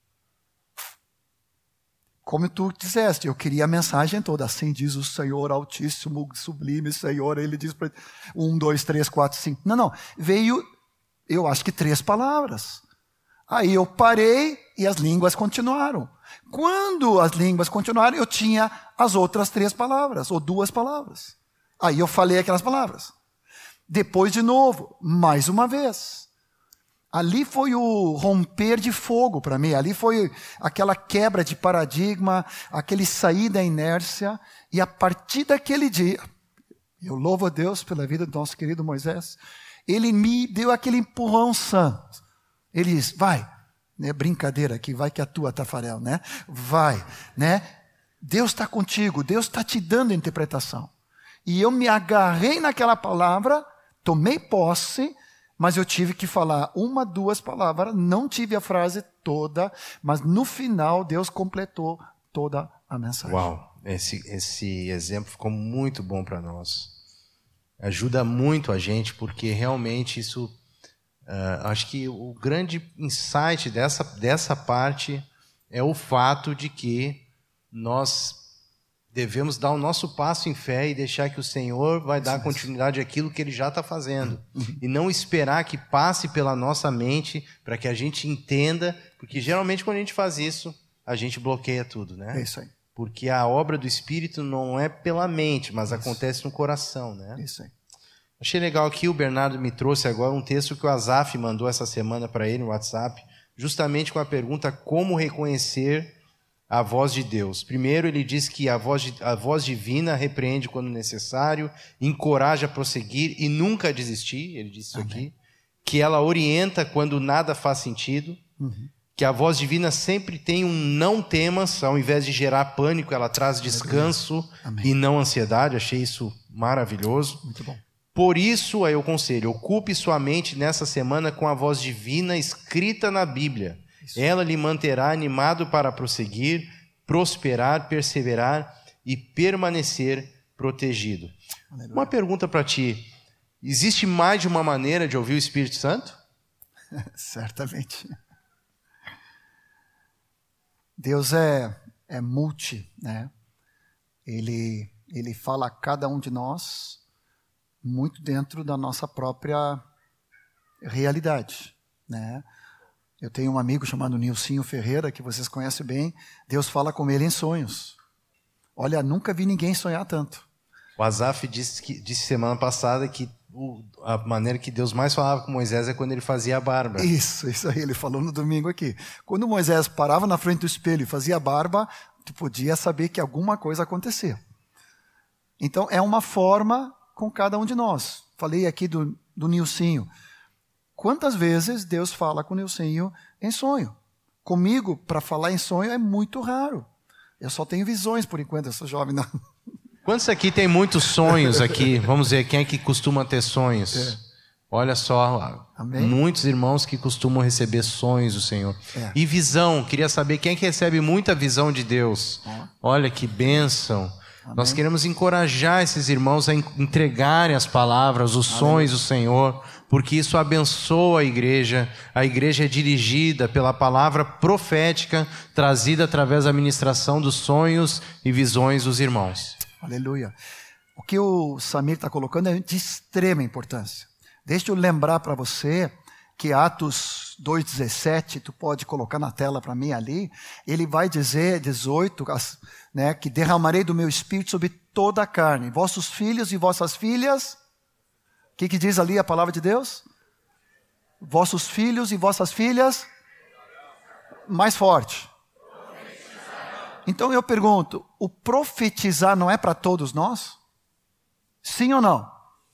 Como tu disseste, eu queria a mensagem toda. Assim diz o Senhor Altíssimo, Sublime Senhor. Ele diz para 1, 2, 3, 4, 5. Não. Veio, eu acho que 3 palavras. Aí eu parei e as línguas continuaram. Quando as línguas continuaram, eu tinha as outras 3 palavras, ou 2 palavras. Aí eu falei aquelas palavras. Depois de novo, mais uma vez. Ali foi o romper de fogo para mim. Ali foi aquela quebra de paradigma, aquele sair da inércia. E a partir daquele dia, eu louvo a Deus pela vida do nosso querido Moisés, ele me deu aquele empurrão santo. Ele disse: vai, né, brincadeira aqui, vai que é a tua, Tafarel, né? Vai, né? Deus está contigo, Deus está te dando a interpretação. E eu me agarrei naquela palavra, tomei posse, mas eu tive que falar 1, 2 palavras, não tive a frase toda, mas no final Deus completou toda a mensagem. Uau, esse exemplo ficou muito bom para nós. Ajuda muito a gente, porque realmente isso, acho que o grande insight dessa parte é o fato de que nós devemos dar o nosso passo em fé e deixar que o Senhor vai dar continuidade àquilo que Ele já está fazendo. E não esperar que passe pela nossa mente para que a gente entenda, porque geralmente quando a gente faz isso, a gente bloqueia tudo, né? É isso aí. Porque a obra do Espírito não é pela mente, mas acontece no coração, né? Isso aí. Achei legal aqui, o Bernardo me trouxe agora um texto que o Azaf mandou essa semana para ele no WhatsApp, justamente com a pergunta como reconhecer a voz de Deus. Primeiro, ele diz que a voz divina repreende quando necessário, encoraja a prosseguir e nunca desistir, ele disse isso aqui, que ela orienta quando nada faz sentido, que a voz divina sempre tem um não temas, ao invés de gerar pânico, ela traz descanso e não ansiedade. Achei isso maravilhoso. Muito bom. Por isso, aí o conselho, ocupe sua mente nessa semana com a voz divina escrita na Bíblia. Isso. Ela lhe manterá animado para prosseguir, prosperar, perseverar e permanecer protegido. Aleluia. Uma pergunta para ti, existe mais de uma maneira de ouvir o Espírito Santo? Certamente. Deus é multi, né? Ele fala a cada um de nós muito dentro da nossa própria realidade, né? Eu tenho um amigo chamado Nilcinho Ferreira, que vocês conhecem bem. Deus fala com ele em sonhos. Olha, nunca vi ninguém sonhar tanto. O Azaf disse semana passada que a maneira que Deus mais falava com Moisés é quando ele fazia a barba. Isso aí, ele falou no domingo aqui. Quando Moisés parava na frente do espelho e fazia a barba, tu podia saber que alguma coisa acontecia. Então, é uma forma com cada um de nós. Falei aqui do Nilcinho. Quantas vezes Deus fala com o Nilcinho em sonho? Comigo, para falar em sonho, é muito raro. Eu só tenho visões, por enquanto, eu sou jovem. Não. Quantos aqui tem muitos sonhos aqui? Vamos ver, quem é que costuma ter sonhos? Olha só, Amém? Muitos irmãos que costumam receber sonhos do Senhor. E visão, queria saber quem é que recebe muita visão de Deus. Olha que bênção. Amém. Nós queremos encorajar esses irmãos a entregarem as palavras, os sonhos do Senhor, porque isso abençoa a igreja. A igreja é dirigida pela palavra profética, trazida através da ministração dos sonhos e visões dos irmãos. Aleluia. O que o Samir está colocando é de extrema importância. Deixa eu lembrar para você que Atos 2,17, tu pode colocar na tela para mim ali, ele vai dizer, 18, né, que derramarei do meu espírito sobre toda a carne, vossos filhos e vossas filhas. O que diz ali a palavra de Deus? Vossos filhos e vossas filhas. Mais forte. Então eu pergunto, o profetizar não é para todos nós? Sim ou não?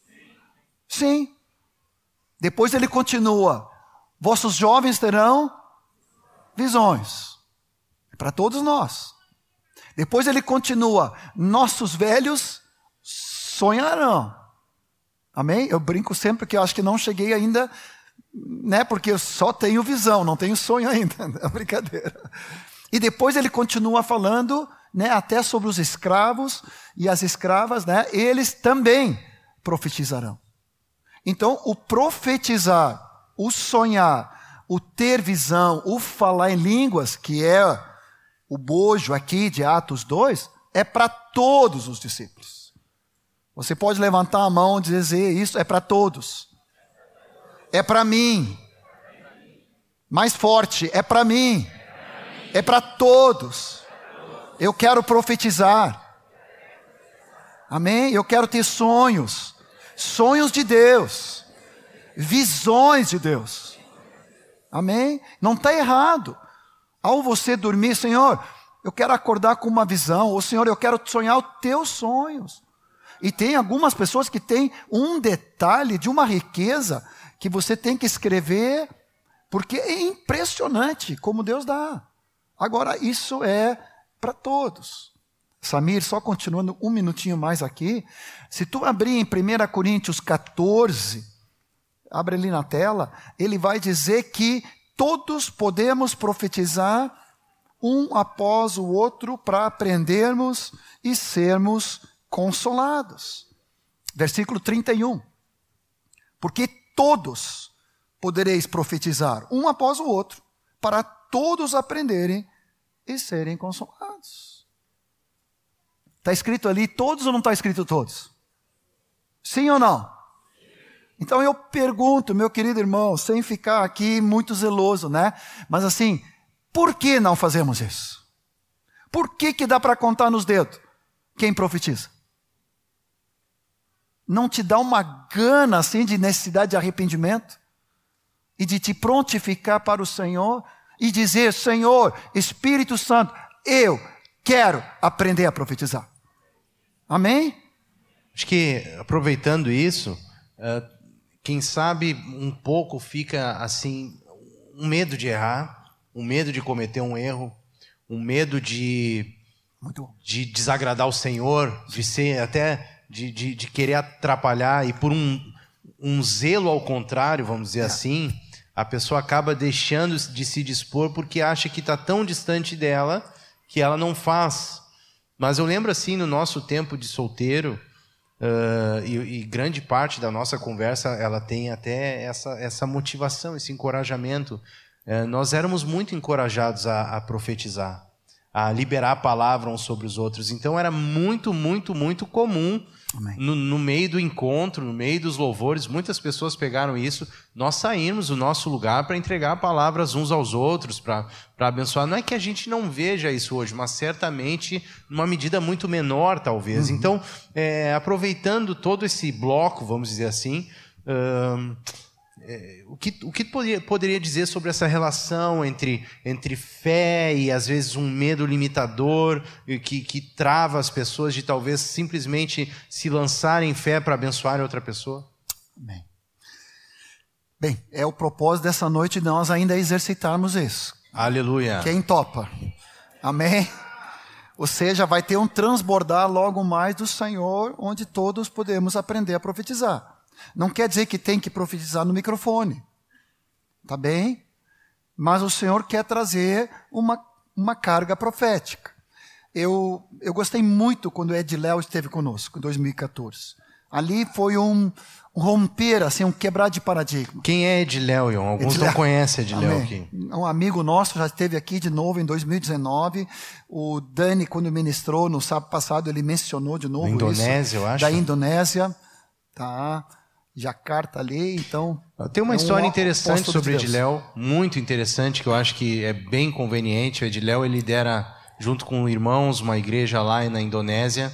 Sim. Depois ele continua, vossos jovens terão visões. É para todos nós. Depois ele continua, nossos velhos sonharão. Amém? Eu brinco sempre que eu acho que não cheguei ainda, né? Porque eu só tenho visão, não tenho sonho ainda. É brincadeira. E depois ele continua falando, né, até sobre os escravos e as escravas, né? Eles também profetizarão. Então, o profetizar, o sonhar, o ter visão, o falar em línguas, que é o bojo aqui de Atos 2, é para todos os discípulos. Você pode levantar a mão e dizer isso, é para todos. É para mim. Mais forte, é para mim. É para todos. Eu quero profetizar. Amém? Eu quero ter sonhos. Sonhos de Deus. Visões de Deus. Amém? Não está errado. Ao você dormir, Senhor, eu quero acordar com uma visão. Ou Senhor, eu quero sonhar os teus sonhos. E tem algumas pessoas que têm um detalhe de uma riqueza que você tem que escrever, porque é impressionante como Deus dá. Agora, isso é para todos. Samir, só continuando um minutinho mais aqui. Se tu abrir em 1 Coríntios 14, abre ali na tela, ele vai dizer que todos podemos profetizar um após o outro para aprendermos e sermos consolados. Versículo 31. Porque todos podereis profetizar um após o outro, para todos aprenderem e serem consolados. Está escrito ali todos ou não está escrito todos? Sim ou não? Então eu pergunto, meu querido irmão, sem ficar aqui muito zeloso, né? Mas assim, por que não fazemos isso? Por que dá para contar nos dedos quem profetiza? não te dá uma gana assim de necessidade de arrependimento? E de te prontificar para o Senhor e dizer: Senhor, Espírito Santo, eu quero aprender a profetizar. Amém? Acho que, aproveitando isso, quem sabe um pouco fica assim, um medo de errar, um medo de cometer um erro, um medo de desagradar o Senhor, de ser até de querer atrapalhar, e por um zelo ao contrário, vamos dizer assim, a pessoa acaba deixando de se dispor porque acha que está tão distante dela que ela não faz. Mas eu lembro assim, no nosso tempo de solteiro, e grande parte da nossa conversa, ela tem até essa motivação, esse encorajamento. Nós éramos muito encorajados a profetizar, a liberar a palavra uns sobre os outros. Então era muito, muito, muito comum, no meio do encontro, no meio dos louvores, muitas pessoas pegaram isso, nós saímos do nosso lugar para entregar palavras uns aos outros, para abençoar. Não é que a gente não veja isso hoje, mas certamente numa medida muito menor, talvez. Então, aproveitando todo esse bloco, vamos dizer assim, o que poderia dizer sobre essa relação entre fé e às vezes um medo limitador que trava as pessoas de talvez simplesmente se lançarem em fé para abençoar outra pessoa? Amém. Bem, é o propósito dessa noite de nós ainda exercitarmos isso. Aleluia. Quem topa? Amém? Ou seja, vai ter um transbordar logo mais do Senhor, onde todos podemos aprender a profetizar. Não quer dizer que tem que profetizar no microfone, tá bem? Mas o Senhor quer trazer uma carga profética. Eu gostei muito quando o Ed Léo esteve conosco, em 2014. Ali foi um romper, assim, um quebrar de paradigma. Quem é Ed Léo, Ion? Alguns não conhecem Ed Léo aqui. Um amigo nosso já esteve aqui de novo em 2019. O Dani, quando ministrou no sábado passado, ele mencionou de novo Indonésia, eu acho. Da Indonésia, tá? Jacarta ali, então... Tem uma história interessante sobre o Ed Léo, muito interessante, que eu acho que é bem conveniente. O Ed Léo, ele lidera, junto com irmãos, uma igreja lá na Indonésia,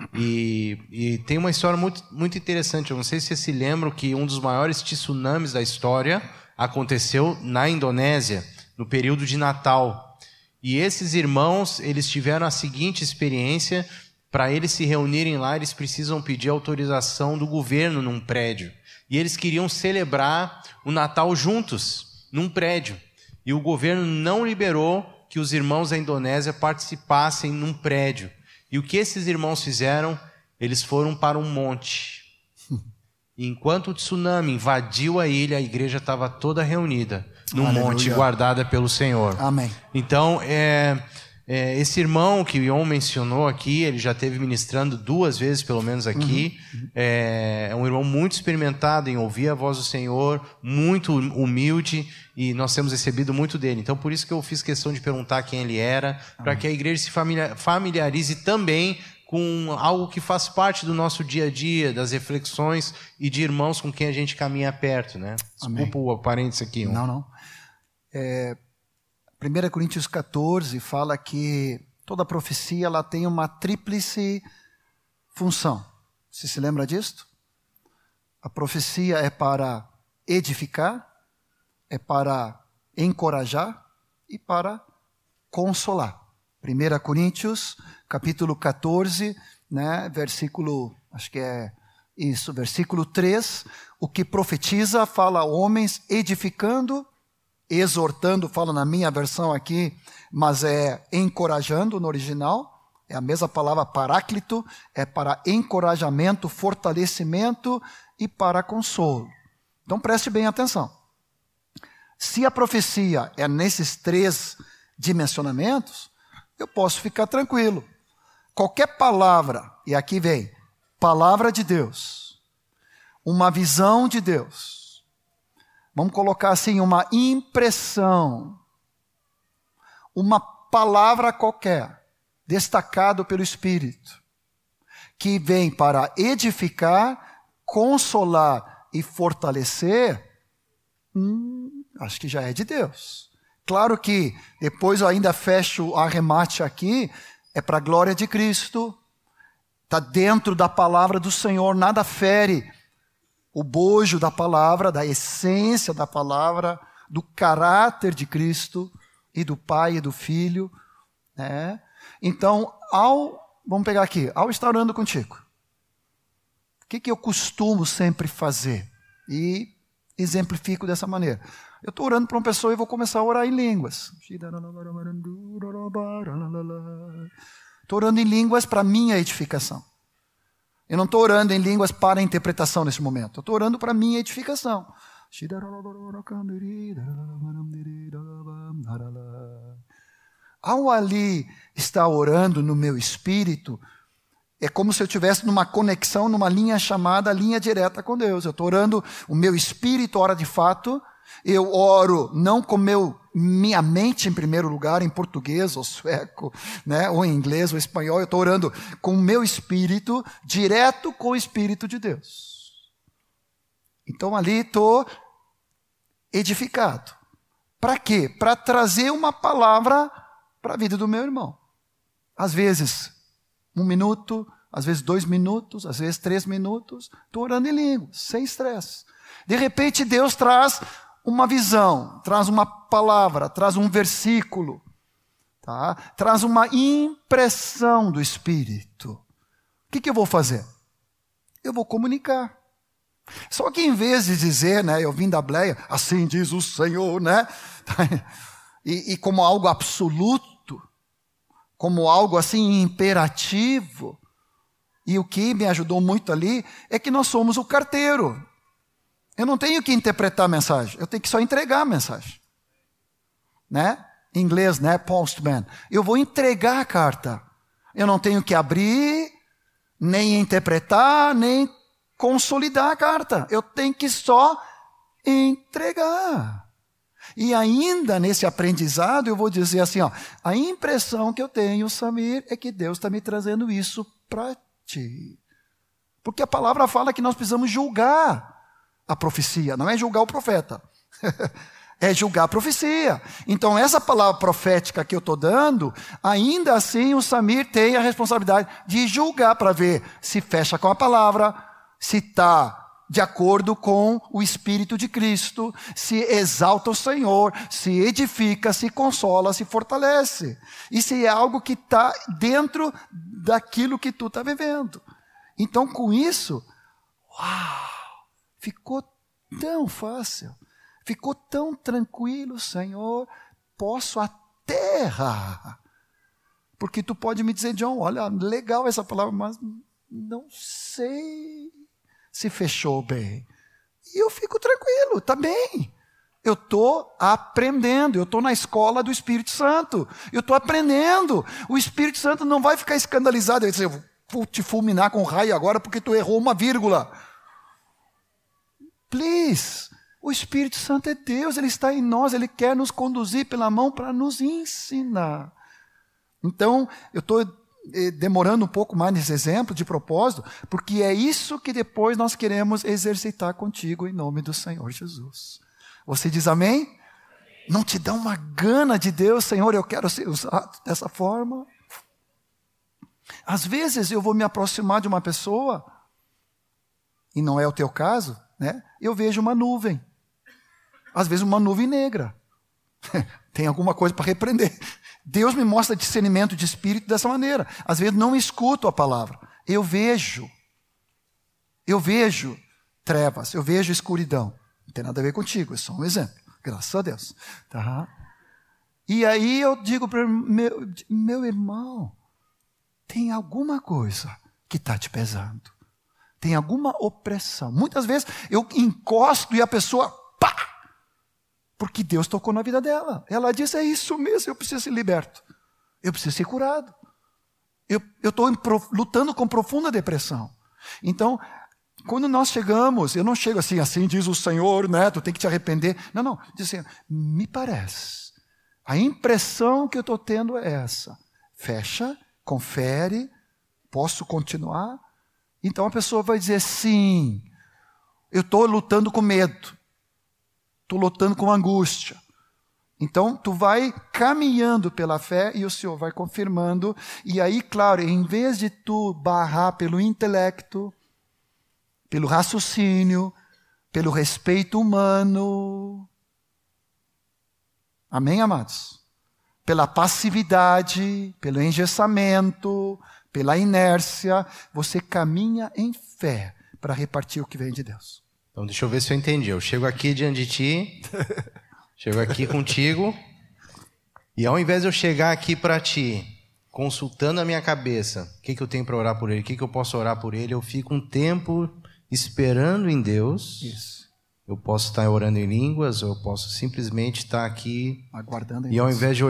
e tem uma história muito, muito interessante. Eu não sei se vocês se lembram que um dos maiores tsunamis da história aconteceu na Indonésia, no período de Natal. E esses irmãos, eles tiveram a seguinte experiência: para eles se reunirem lá, eles precisam pedir autorização do governo num prédio. E eles queriam celebrar o Natal juntos, num prédio. E o governo não liberou que os irmãos da Indonésia participassem num prédio. E o que esses irmãos fizeram? Eles foram para um monte. E enquanto o tsunami invadiu a ilha, a igreja estava toda reunida num monte, guardada pelo Senhor. Amém. Então, esse irmão que o Ion mencionou aqui, ele já esteve ministrando 2 vezes, pelo menos aqui. É um irmão muito experimentado em ouvir a voz do Senhor, muito humilde, e nós temos recebido muito dele. Então, por isso que eu fiz questão de perguntar quem ele era, para que a igreja se familiarize também com algo que faz parte do nosso dia a dia, das reflexões e de irmãos com quem a gente caminha perto, né? Desculpa o parênteses aqui. Não. 1 Coríntios 14 fala que toda profecia ela tem uma tríplice função. Você se lembra disso? A profecia é para edificar, é para encorajar e para consolar. 1 Coríntios, capítulo 14, né, versículo, acho que é isso, versículo 3, o que profetiza fala homens edificando, exortando, fala na minha versão aqui, mas é encorajando no original, é a mesma palavra paráclito, é para encorajamento, fortalecimento e para consolo. Então preste bem atenção. Se a profecia é nesses 3 dimensionamentos, eu posso ficar tranquilo. Qualquer palavra, e aqui vem, palavra de Deus, uma visão de Deus, vamos colocar assim, uma impressão, uma palavra qualquer, destacado pelo Espírito, que vem para edificar, consolar e fortalecer, acho que já é de Deus. Claro que depois eu ainda fecho o arremate aqui, é para a glória de Cristo, está dentro da palavra do Senhor, nada fere o bojo da palavra, da essência da palavra, do caráter de Cristo e do Pai e do Filho, né? Então, vamos pegar aqui, ao estar orando contigo, o que eu costumo sempre fazer? E exemplifico dessa maneira. Eu estou orando para uma pessoa e vou começar a orar em línguas. Estou orando em línguas para minha edificação. Eu não estou orando em línguas para interpretação nesse momento. Eu estou orando para minha edificação. Ao ali estar orando no meu espírito, é como se eu estivesse numa conexão, numa linha chamada linha direta com Deus. Eu estou orando, o meu espírito ora de fato. Eu oro não com minha mente em primeiro lugar, em português ou sueco, né, ou em inglês ou espanhol. Eu estou orando com o meu espírito, direto com o Espírito de Deus. Então ali estou edificado. Para quê? Para trazer uma palavra para a vida do meu irmão. Às vezes 1 minuto, às vezes 2 minutos, às vezes 3 minutos. Estou orando em línguas, sem estresse. De repente Deus traz uma visão, traz uma palavra, traz um versículo, tá? Traz uma impressão do Espírito. O que eu vou fazer? Eu vou comunicar. Só que em vez de dizer, né, eu vim da Bleia, assim diz o Senhor, né? E como algo absoluto, como algo assim imperativo. E o que me ajudou muito ali é que nós somos o carteiro. Eu não tenho que interpretar a mensagem, eu tenho que só entregar a mensagem. Né? Em inglês, né? Postman. Eu vou entregar a carta. Eu não tenho que abrir, nem interpretar, nem consolidar a carta. Eu tenho que só entregar. E ainda nesse aprendizado eu vou dizer assim, ó, a impressão que eu tenho, Samir, é que Deus está me trazendo isso para ti. Porque a palavra fala que nós precisamos julgar a profecia, não é julgar o profeta. É julgar a profecia. Então essa palavra profética que eu estou dando, ainda assim o Samir tem a responsabilidade de julgar para ver se fecha com a palavra, se está de acordo com o Espírito de Cristo, se exalta o Senhor, se edifica, se consola, se fortalece. E se é algo que está dentro daquilo que tu está vivendo. Então com isso, uau! Ficou tão fácil, ficou tão tranquilo, Senhor, posso até errar. Porque tu pode me dizer, John, olha, legal essa palavra, mas não sei se fechou bem. E eu fico tranquilo, tá bem. Eu estou aprendendo, eu estou na escola do Espírito Santo, eu estou aprendendo. O Espírito Santo não vai ficar escandalizado, ele vai dizer, eu vou te fulminar com raio agora porque tu errou uma vírgula. Please, o Espírito Santo é Deus, Ele está em nós, Ele quer nos conduzir pela mão para nos ensinar. Então, eu estou demorando um pouco mais nesse exemplo de propósito, porque é isso que depois nós queremos exercitar contigo em nome do Senhor Jesus. Você diz amém? Não te dá uma gana de Deus, Senhor, eu quero ser usado dessa forma? Às vezes eu vou me aproximar de uma pessoa, e não é o teu caso, né? Eu vejo uma nuvem, às vezes uma nuvem negra, tem alguma coisa para repreender. Deus me mostra discernimento de espírito dessa maneira. Às vezes não escuto a palavra, eu vejo trevas, eu vejo escuridão. Não tem nada a ver contigo, é só um exemplo, graças a Deus, tá? E aí eu digo para meu irmão, tem alguma coisa que está te pesando. Tem alguma opressão. Muitas vezes eu encosto e a pessoa, pá! Porque Deus tocou na vida dela. Ela diz, é isso mesmo, eu preciso ser liberto. Eu preciso ser curado. Eu estou lutando com profunda depressão. Então, quando nós chegamos, eu não chego assim diz o Senhor, né? Tu tem que te arrepender. Não, diz assim, me parece. A impressão que eu estou tendo é essa. Fecha, confere, posso continuar? Então a pessoa vai dizer, sim, eu estou lutando com medo, estou lutando com angústia, Então, tu vai caminhando pela fé e o Senhor vai confirmando. E aí, claro, em vez de tu barrar pelo intelecto, pelo raciocínio, pelo respeito humano, amém, amados? Pela passividade, pelo engessamento, pela inércia, você caminha em fé para repartir o que vem de Deus. Então, deixa eu ver se eu entendi. Eu chego aqui diante de ti, chego aqui contigo, e ao invés de eu chegar aqui para ti, consultando a minha cabeça, o que eu tenho para orar por ele, o que eu posso orar por ele, eu fico um tempo esperando em Deus. Isso. Eu posso estar orando em línguas, ou eu posso simplesmente estar aqui Aguardando em e ao Deus. invés de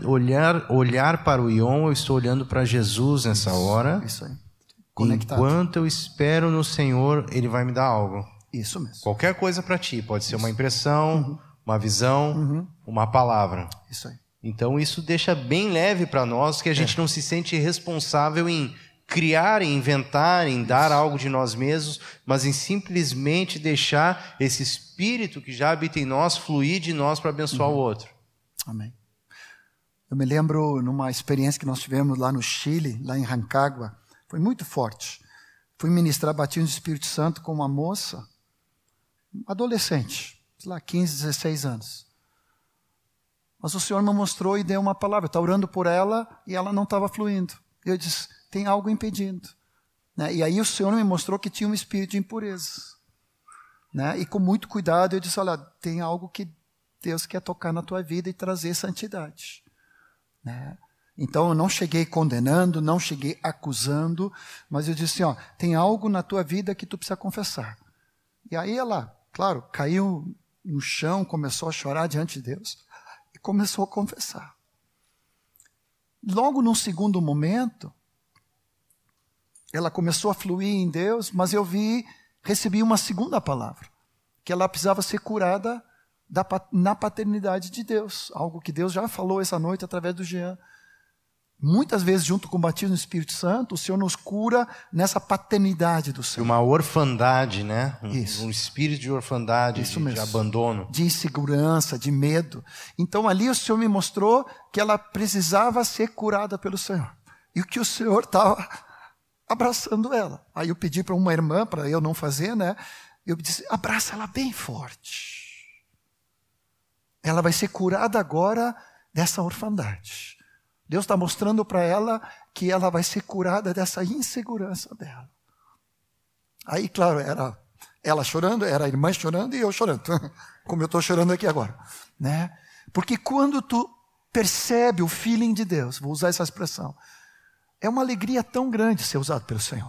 olhar para o Ion, eu estou olhando para Jesus nessa hora. Isso aí. Conectado. Enquanto eu espero no Senhor, Ele vai me dar algo. Isso mesmo. Qualquer coisa para ti, pode ser uma impressão, uma visão, uma palavra. Isso aí. Então isso deixa bem leve para nós, que a gente não se sente responsável em criar, em inventar, em dar algo de nós mesmos, mas em simplesmente deixar esse Espírito que já habita em nós fluir de nós para abençoar o outro. Amém. Eu me lembro numa experiência que nós tivemos lá no Chile, lá em Rancagua, foi muito forte. Fui ministrar batismo do Espírito Santo com uma moça, adolescente, sei lá, 15, 16 anos. Mas o Senhor me mostrou e deu uma palavra. Eu estava orando por ela e ela não estava fluindo. Eu disse, tem algo impedindo. Né? E aí o Senhor me mostrou que tinha um espírito de impureza. Né? E com muito cuidado eu disse, olha, tem algo que Deus quer tocar na tua vida e trazer santidade. Né? Então eu não cheguei condenando, não cheguei acusando, mas eu disse, ó, tem algo na tua vida que tu precisa confessar. E aí ela, claro, caiu no chão, começou a chorar diante de Deus e começou a confessar. Logo num segundo momento, ela começou a fluir em Deus, mas eu recebi uma segunda palavra, que ela precisava ser curada na paternidade de Deus, algo que Deus já falou essa noite através do Jean. Muitas vezes, junto com o batismo no Espírito Santo, o Senhor nos cura nessa paternidade do Senhor. Uma orfandade, né? Isso. Um espírito de orfandade, de abandono. De insegurança, de medo. Então ali o Senhor me mostrou que ela precisava ser curada pelo Senhor. E o que o Senhor estava abraçando ela. Aí eu pedi para uma irmã, para eu não fazer, né? Eu disse, abraça ela bem forte. Ela vai ser curada agora dessa orfandade. Deus está mostrando para ela que ela vai ser curada dessa insegurança dela. Aí, claro, era ela chorando, era a irmã chorando e eu chorando, como eu estou chorando aqui agora. Né? Porque quando tu percebe o feeling de Deus, vou usar essa expressão, é uma alegria tão grande ser usado pelo Senhor.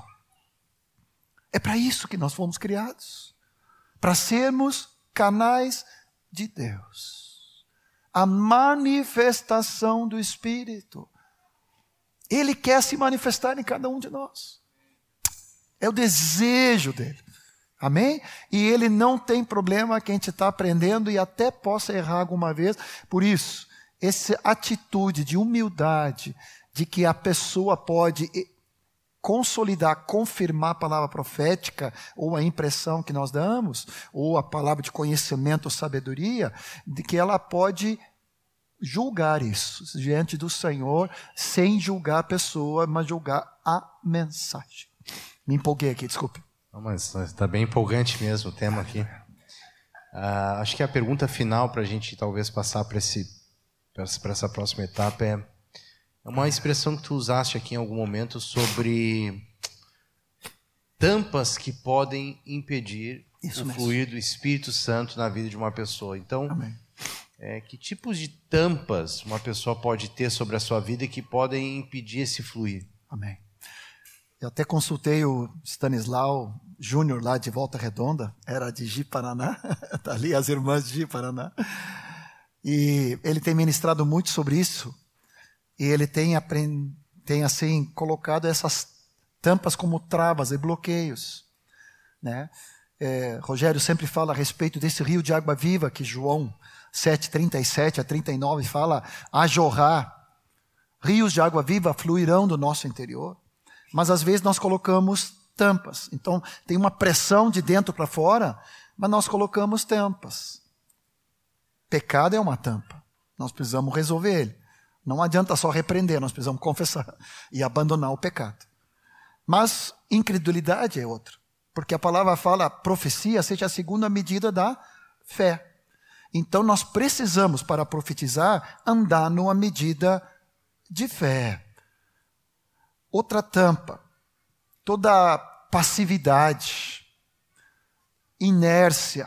É para isso que nós fomos criados. Para sermos canais de Deus. A manifestação do Espírito. Ele quer se manifestar em cada um de nós. É o desejo dele. Amém? E ele não tem problema que a gente está aprendendo e até possa errar alguma vez. Por isso, essa atitude de humildade, de que a pessoa pode consolidar, confirmar a palavra profética, ou a impressão que nós damos, ou a palavra de conhecimento ou sabedoria, de que ela pode julgar isso diante do Senhor, sem julgar a pessoa, mas julgar a mensagem. Me empolguei aqui, desculpe. Não, mas está bem empolgante mesmo o tema aqui. Acho que a pergunta final para a gente talvez passar para essa próxima etapa é uma expressão que tu usaste aqui em algum momento sobre tampas que podem impedir o fluir do Espírito Santo na vida de uma pessoa. Então, que tipos de tampas uma pessoa pode ter sobre a sua vida que podem impedir esse fluir? Amém. Eu até consultei o Stanislau Júnior lá de Volta Redonda, era de Ji-Paraná, está ali as irmãs de Ji-Paraná, e ele tem ministrado muito sobre isso. E ele tem assim colocado essas tampas como travas e bloqueios. Né? Rogério sempre fala a respeito desse rio de água viva que João 7:37 a 39 fala, a jorrar. Rios de água viva fluirão do nosso interior. Mas às vezes nós colocamos tampas. Então tem uma pressão de dentro para fora, mas nós colocamos tampas. Pecado é uma tampa. Nós precisamos resolver ele. Não adianta só repreender, nós precisamos confessar e abandonar o pecado. Mas incredulidade é outra. Porque a palavra fala, profecia seja a segunda medida da fé. Então nós precisamos, para profetizar, andar numa medida de fé. Outra tampa, toda passividade, inércia,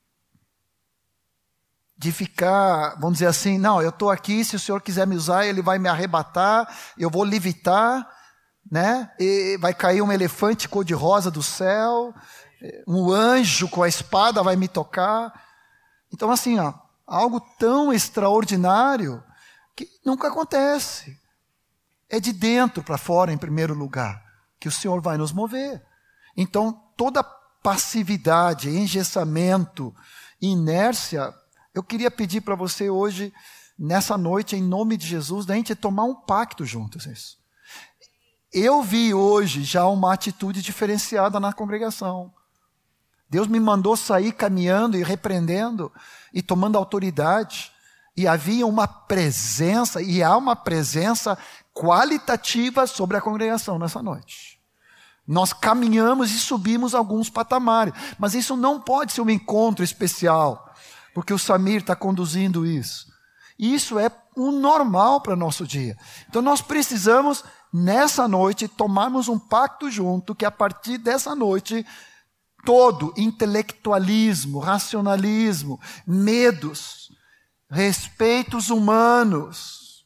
de ficar, vamos dizer assim, não, eu estou aqui, se o Senhor quiser me usar, Ele vai me arrebatar, eu vou levitar, né? E vai cair um elefante cor-de-rosa do céu, um anjo com a espada vai me tocar. Então assim, ó, algo tão extraordinário que nunca acontece. É de dentro para fora, em primeiro lugar, que o Senhor vai nos mover. Então, toda passividade, engessamento, inércia, eu queria pedir para você hoje, nessa noite, em nome de Jesus, da gente tomar um pacto juntos. Isso. Eu vi hoje já uma atitude diferenciada na congregação. Deus me mandou sair caminhando e repreendendo e tomando autoridade. E havia uma presença, e há uma presença qualitativa sobre a congregação nessa noite. Nós caminhamos e subimos alguns patamares, mas isso não pode ser um encontro especial, porque o Samir está conduzindo isso. E isso é o normal para o nosso dia. Então nós precisamos, nessa noite, tomarmos um pacto junto, que a partir dessa noite, todo intelectualismo, racionalismo, medos, respeitos humanos,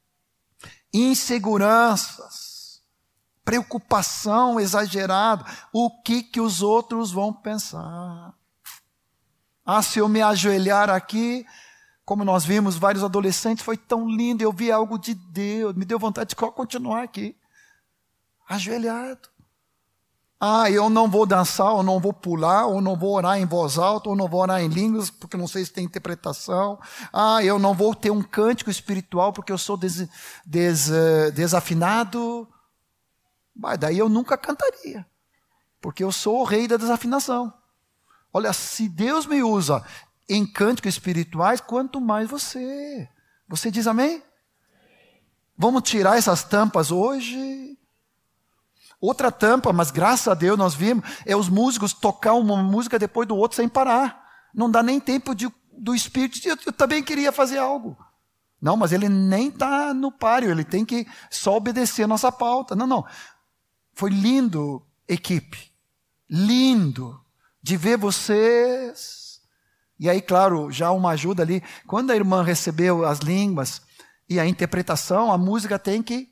inseguranças, preocupação exagerada, o que os outros vão pensar. Ah, se eu me ajoelhar aqui, como nós vimos vários adolescentes, foi tão lindo, eu vi algo de Deus, me deu vontade de continuar aqui, ajoelhado. Ah, eu não vou dançar, ou não vou pular, ou não vou orar em voz alta, ou não vou orar em línguas, porque não sei se tem interpretação. Ah, eu não vou ter um cântico espiritual, porque eu sou desafinado. Mas daí eu nunca cantaria, porque eu sou o rei da desafinação. Olha, se Deus me usa em cânticos espirituais, quanto mais você. Você diz amém? Vamos tirar essas tampas hoje? Outra tampa, mas graças a Deus nós vimos, é os músicos tocar uma música depois do outro sem parar. Não dá nem tempo do Espírito. Eu também queria fazer algo. Não, mas ele nem está no páreo, ele tem que só obedecer a nossa pauta. Não. Foi lindo, equipe. Lindo de ver vocês. E aí, claro, já uma ajuda ali. Quando a irmã recebeu as línguas e a interpretação, a música tem que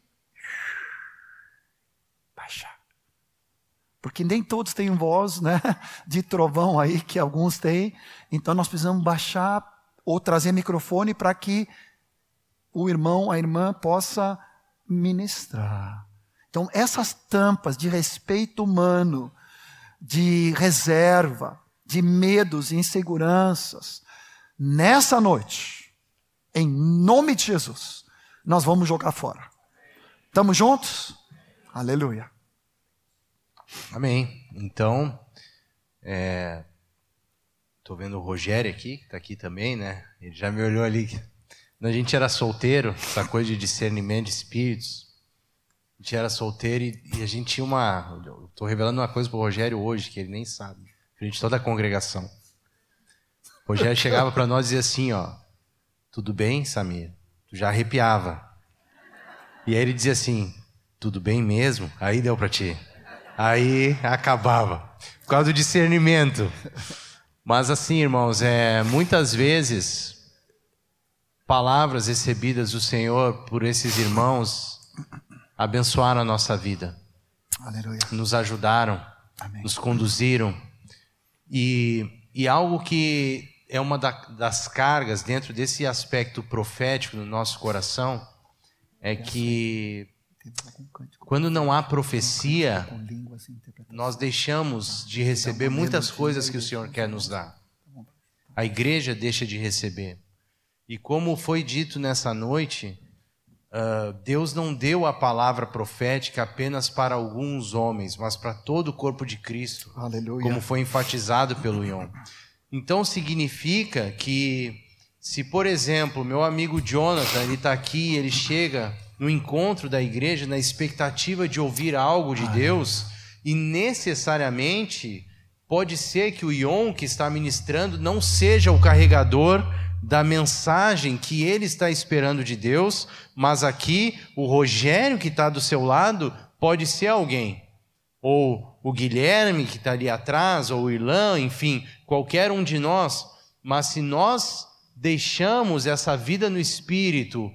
baixar. Porque nem todos têm voz, né, de trovão aí, que alguns têm. Então nós precisamos baixar ou trazer microfone para que o irmão, a irmã possa ministrar. Então essas tampas de respeito humano, de reserva, de medos e inseguranças, nessa noite, em nome de Jesus, nós vamos jogar fora. Estamos juntos? Aleluia. Amém. Então, estou vendo o Rogério aqui, que está aqui também, né? Ele já me olhou ali. Quando a gente era solteiro, essa coisa de discernimento de espíritos, a gente era solteiro e a gente tinha uma... Estou revelando uma coisa para o Rogério hoje, que ele nem sabe, frente a toda a congregação. O Rogério chegava para nós e dizia assim, ó, tudo bem, Samir? Tu já arrepiava. E aí ele dizia assim, tudo bem mesmo? Aí deu para ti. Aí acabava. Por causa do discernimento. Mas assim, irmãos, muitas vezes, palavras recebidas do Senhor por esses irmãos abençoaram a nossa vida. Aleluia. Nos ajudaram. Amém. Nos conduziram. E algo que é uma das cargas dentro desse aspecto profético no nosso coração é que quando não há profecia, nós deixamos de receber muitas coisas que o Senhor quer nos dar. A igreja deixa de receber. E como foi dito nessa noite, Deus não deu a palavra profética apenas para alguns homens, mas para todo o corpo de Cristo. Aleluia. Como foi enfatizado pelo Ion. Então significa que Se, por exemplo, meu amigo Jonathan, ele está aqui, ele chega no encontro da igreja na expectativa de ouvir algo de Deus, e necessariamente pode ser que o Ion que está ministrando não seja o carregador da mensagem que ele está esperando de Deus, mas aqui o Rogério que está do seu lado pode ser alguém, ou o Guilherme que está ali atrás, ou o Irlan, enfim, qualquer um de nós. Mas se nós deixamos essa vida no Espírito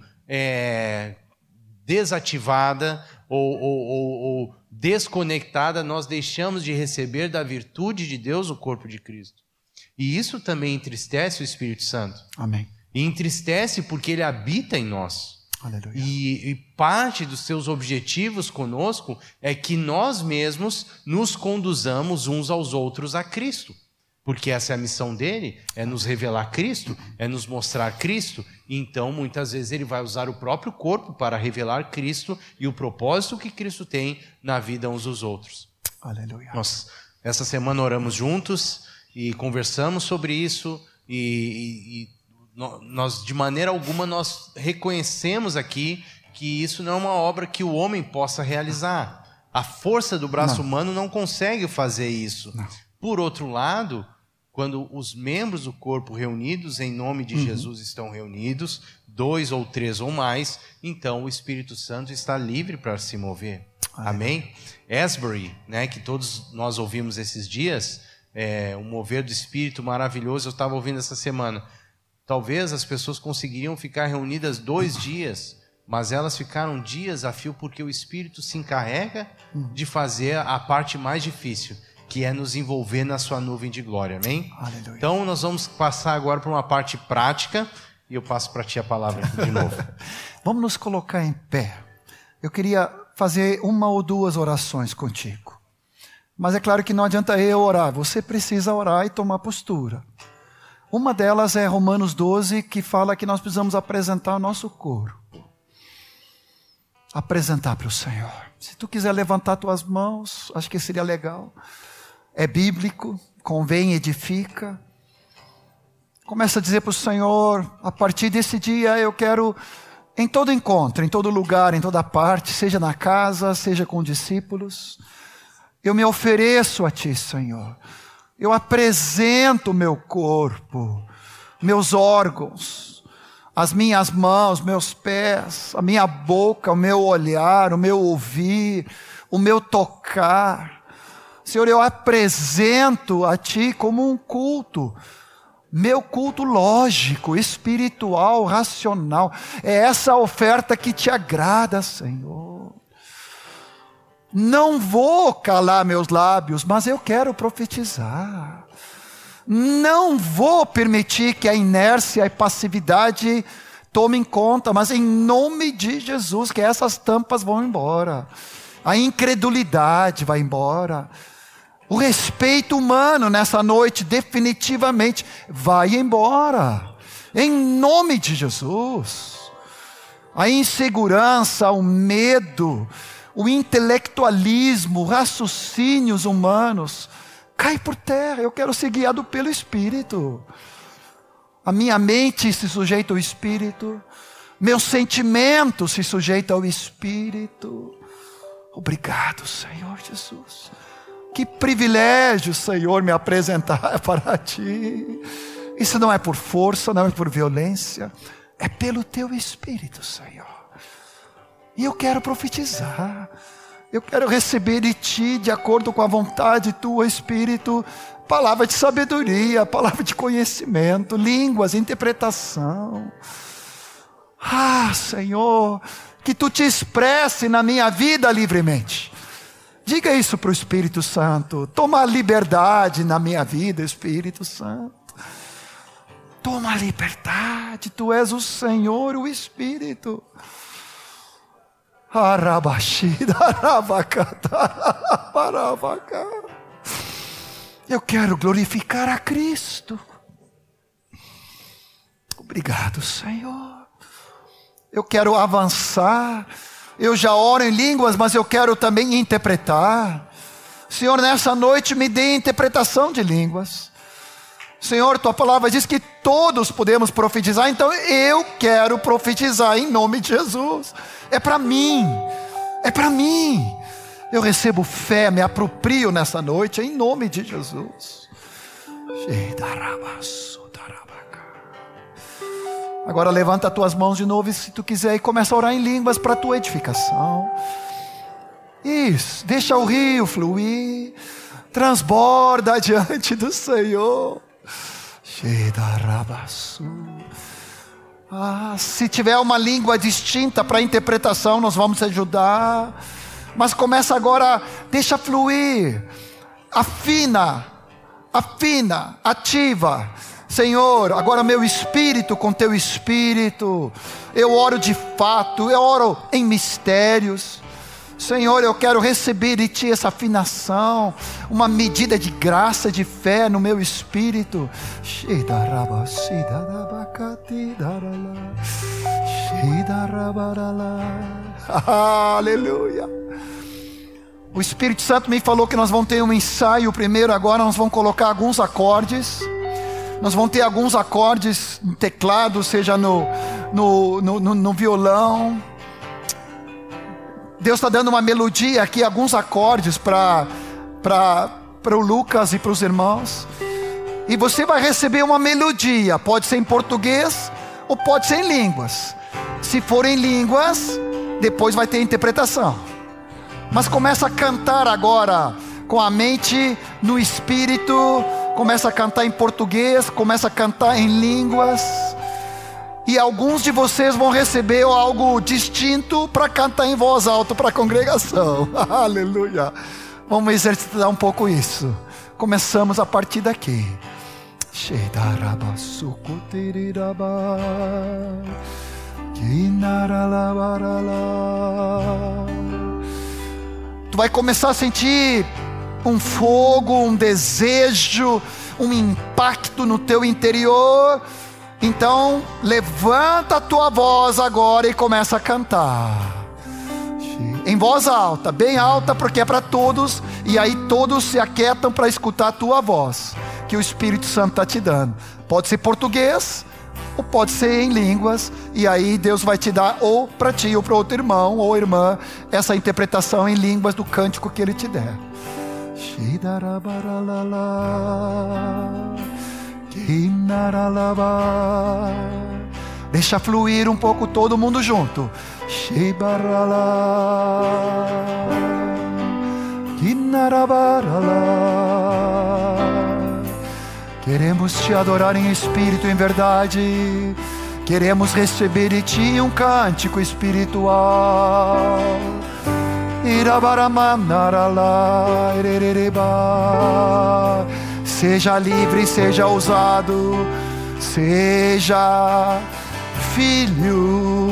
desativada ou desconectada, nós deixamos de receber da virtude de Deus o corpo de Cristo. E isso também entristece o Espírito Santo. Amém. E entristece porque ele habita em nós. Aleluia. E parte dos seus objetivos conosco é que nós mesmos nos conduzamos uns aos outros a Cristo. Porque essa é a missão dele, é nos revelar Cristo, é nos mostrar Cristo. Então, muitas vezes, ele vai usar o próprio corpo para revelar Cristo e o propósito que Cristo tem na vida uns dos outros. Aleluia. Nós, essa semana, oramos juntos e conversamos sobre isso. Nós, de maneira alguma, nós reconhecemos aqui que isso não é uma obra que o homem possa realizar. A força do braço humano não consegue fazer isso. Não. Por outro lado, quando os membros do corpo reunidos em nome de Jesus estão reunidos, 2 ou 3 ou mais, então o Espírito Santo está livre para se mover. Amém? Asbury, né, que todos nós ouvimos esses dias, um mover do Espírito maravilhoso, eu estava ouvindo essa semana. Talvez as pessoas conseguiriam ficar reunidas 2 dias, mas elas ficaram dias a fio porque o Espírito se encarrega de fazer a parte mais difícil, que é nos envolver na sua nuvem de glória, amém? Aleluia. Então nós vamos passar agora para uma parte prática, e eu passo para ti a palavra aqui de novo. Vamos nos colocar em pé. Eu queria fazer 1 ou 2 orações contigo. Mas é claro que não adianta eu orar, você precisa orar e tomar postura. Uma delas é Romanos 12, que fala que nós precisamos apresentar o nosso corpo. Apresentar para o Senhor. Se tu quiser levantar tuas mãos, acho que seria legal. É bíblico, convém, edifica. Começa a dizer para o Senhor, a partir desse dia eu quero, em todo encontro, em todo lugar, em toda parte, seja na casa, seja com discípulos, eu me ofereço a Ti, Senhor. Eu apresento o meu corpo, meus órgãos, as minhas mãos, meus pés, a minha boca, o meu olhar, o meu ouvir, o meu tocar. Senhor, eu apresento a Ti como um culto, meu culto lógico, espiritual, racional. É essa oferta que Te agrada, Senhor. Não vou calar meus lábios, mas eu quero profetizar. Não vou permitir que a inércia e passividade tomem conta, mas em nome de Jesus, que essas tampas vão embora. A incredulidade vai embora. O respeito humano nessa noite definitivamente vai embora. Em nome de Jesus. A insegurança, o medo, o intelectualismo, raciocínios humanos, cai por terra. Eu quero ser guiado pelo Espírito. A minha mente se sujeita ao Espírito. Meus sentimentos se sujeitam ao Espírito. Obrigado, Senhor Jesus. Que privilégio, Senhor, me apresentar para Ti. Isso não é por força, não é por violência. É pelo Teu Espírito, Senhor. E eu quero profetizar. Eu quero receber de Ti, de acordo com a vontade Tua, Espírito, palavra de sabedoria, palavra de conhecimento, línguas, interpretação. Ah, Senhor, que Tu Te expresse na minha vida livremente. Diga isso para o Espírito Santo. Toma liberdade na minha vida, Espírito Santo. Toma liberdade. Tu és o Senhor, o Espírito. Eu quero glorificar a Cristo. Obrigado, Senhor. Eu quero avançar. Eu já oro em línguas, mas eu quero também interpretar. Senhor, nessa noite me dê interpretação de línguas. Senhor, tua palavra diz que todos podemos profetizar, então eu quero profetizar em nome de Jesus. É para mim, é para mim. Eu recebo fé, me aproprio nessa noite em nome de Jesus. Agora levanta as tuas mãos de novo, se tu quiser, e começa a orar em línguas para a tua edificação. Isso, deixa o rio fluir, transborda diante do Senhor. Se tiver uma língua distinta para interpretação, nós vamos ajudar. Mas começa agora, deixa fluir, afina, ativa. Senhor, agora meu espírito com teu espírito, eu oro de fato, eu oro em mistérios. Senhor, eu quero receber de Ti essa afinação, uma medida de graça, de fé no meu espírito. Aleluia. O Espírito Santo me falou que nós vamos ter um ensaio primeiro agora, nós vamos colocar alguns acordes. Nós vamos ter alguns acordes no teclado, seja no violão. Deus está dando uma melodia aqui, alguns acordes para o Lucas e para os irmãos. E você vai receber uma melodia, pode ser em português ou pode ser em línguas. Se for em línguas, depois vai ter interpretação. Mas começa a cantar agora com a mente no espírito. Começa a cantar em português, começa a cantar em línguas. E alguns de vocês vão receber algo distinto para cantar em voz alta para a congregação. Aleluia. Vamos exercitar um pouco isso. Começamos a partir daqui. Tu vai começar a sentir um fogo, um desejo, um impacto no teu interior. Então levanta a tua voz agora e começa a cantar em voz alta, bem alta, porque é para todos. E aí todos se aquietam para escutar a tua voz que o Espírito Santo está te dando. Pode ser português ou pode ser em línguas. E aí Deus vai te dar, ou para ti ou para outro irmão ou irmã, essa interpretação em línguas do cântico que Ele te der. Deixa fluir um pouco, todo mundo junto. Queremos te adorar em espírito e em verdade. Queremos receber de ti um cântico espiritual. Seja livre, seja ousado, seja filho.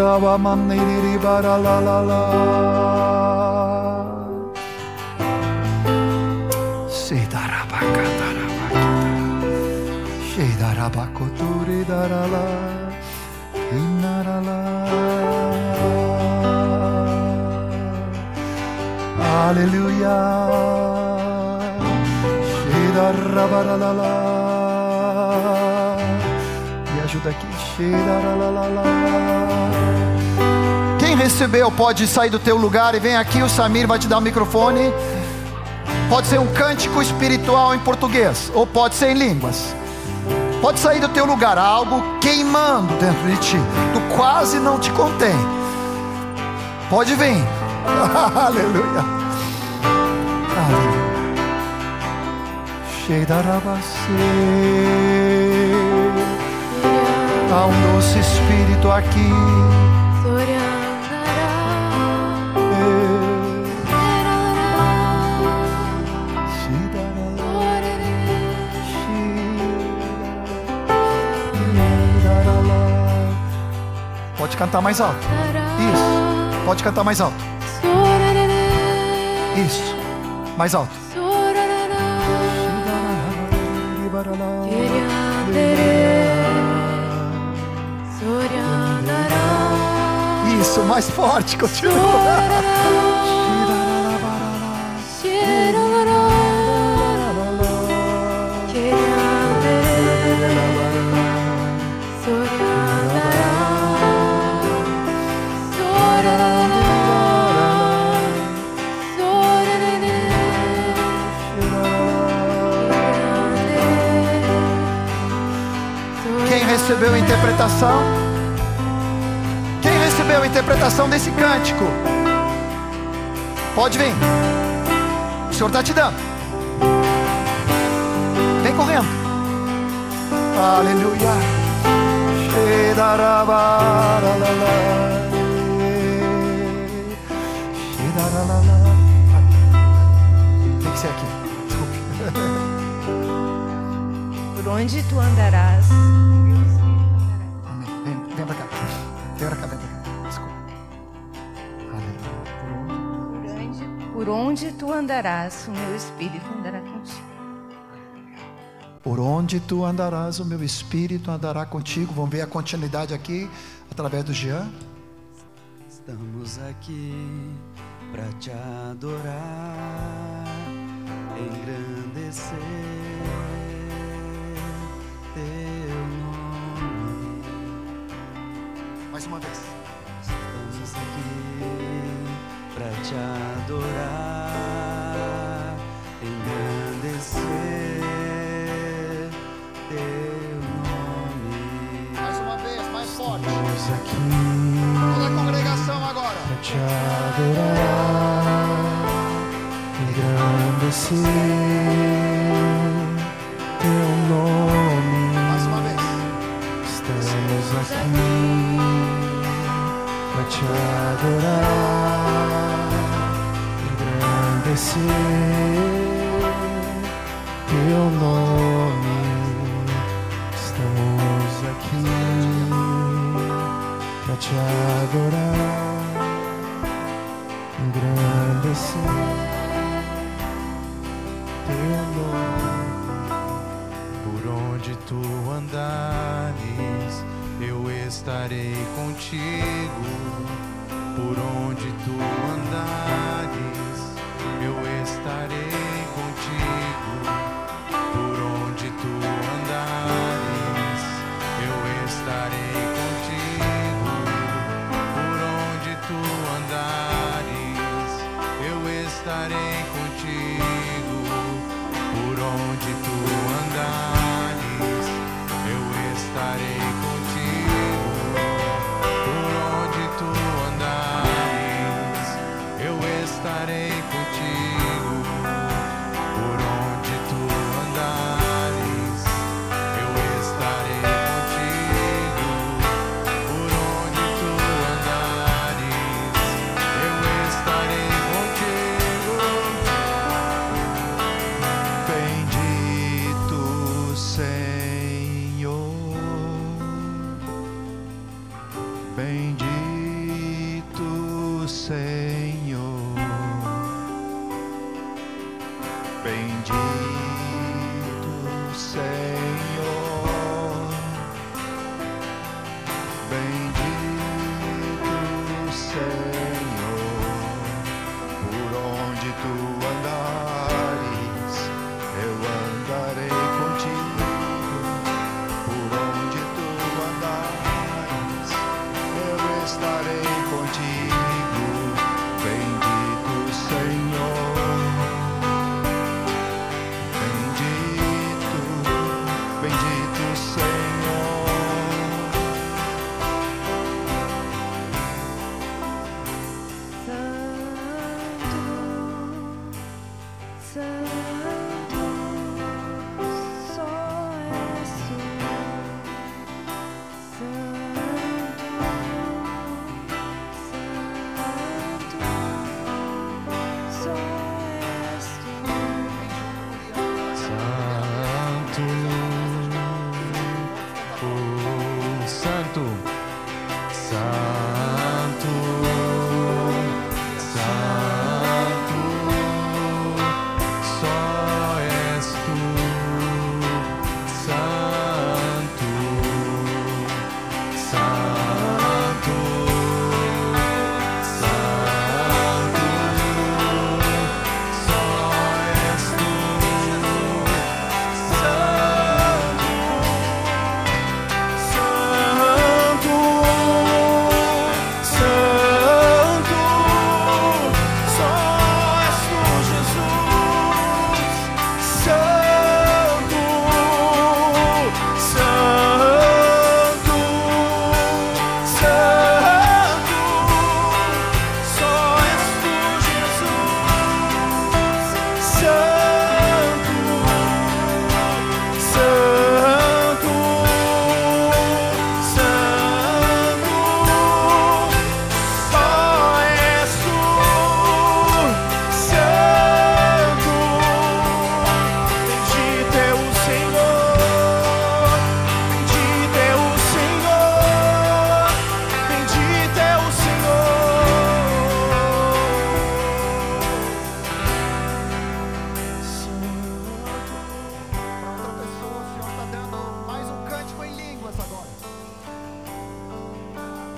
Aleluia. Me ajuda aqui. Quem recebeu pode sair do teu lugar e vem aqui, o Samir vai te dar o microfone. Pode ser um cântico espiritual em português ou pode ser em línguas. Pode sair do teu lugar, algo queimando dentro de ti, tu quase não te contém. Pode vir. Aleluia. Aleluia. Há um doce espírito aqui. Pode cantar mais alto. Isso. Pode cantar mais alto. Isso. Mais alto. Isso, mais forte, continua. Quem recebeu a interpretação? Quem recebeu a interpretação desse cântico? Pode vir. O Senhor está te dando. Vem correndo. Aleluia. Tem que ser aqui. Desculpe. Por onde tu andarás? Amém. Vem pra cá. Vem pra cá, vem pra cá. Desculpa. Aleluia. Por onde tu andarás, o meu espírito andará contigo. Por onde tu andarás, o meu espírito andará contigo. Vamos ver a continuidade aqui, através do Jean. Estamos aqui para te adorar, engrandecer teu nome. Mais uma vez. Estamos aqui para te adorar, engrandecer teu nome. Mais uma vez, mais forte. Estamos aqui Toda a congregação agora. para te adorar, engrandecer teu nome. Mais uma vez. Estamos aqui para te adorar, engrandecer teu nome. Estamos aqui para te adorar, engrandecer teu nome. Por onde tu andares, eu estarei contigo. Por onde tu andares, eu estarei contigo. Por onde tu andares, eu estarei contigo. Por onde tu andares, eu estarei contigo. Por onde tu andares, eu estarei contigo. Por onde tu andares, eu estarei contigo.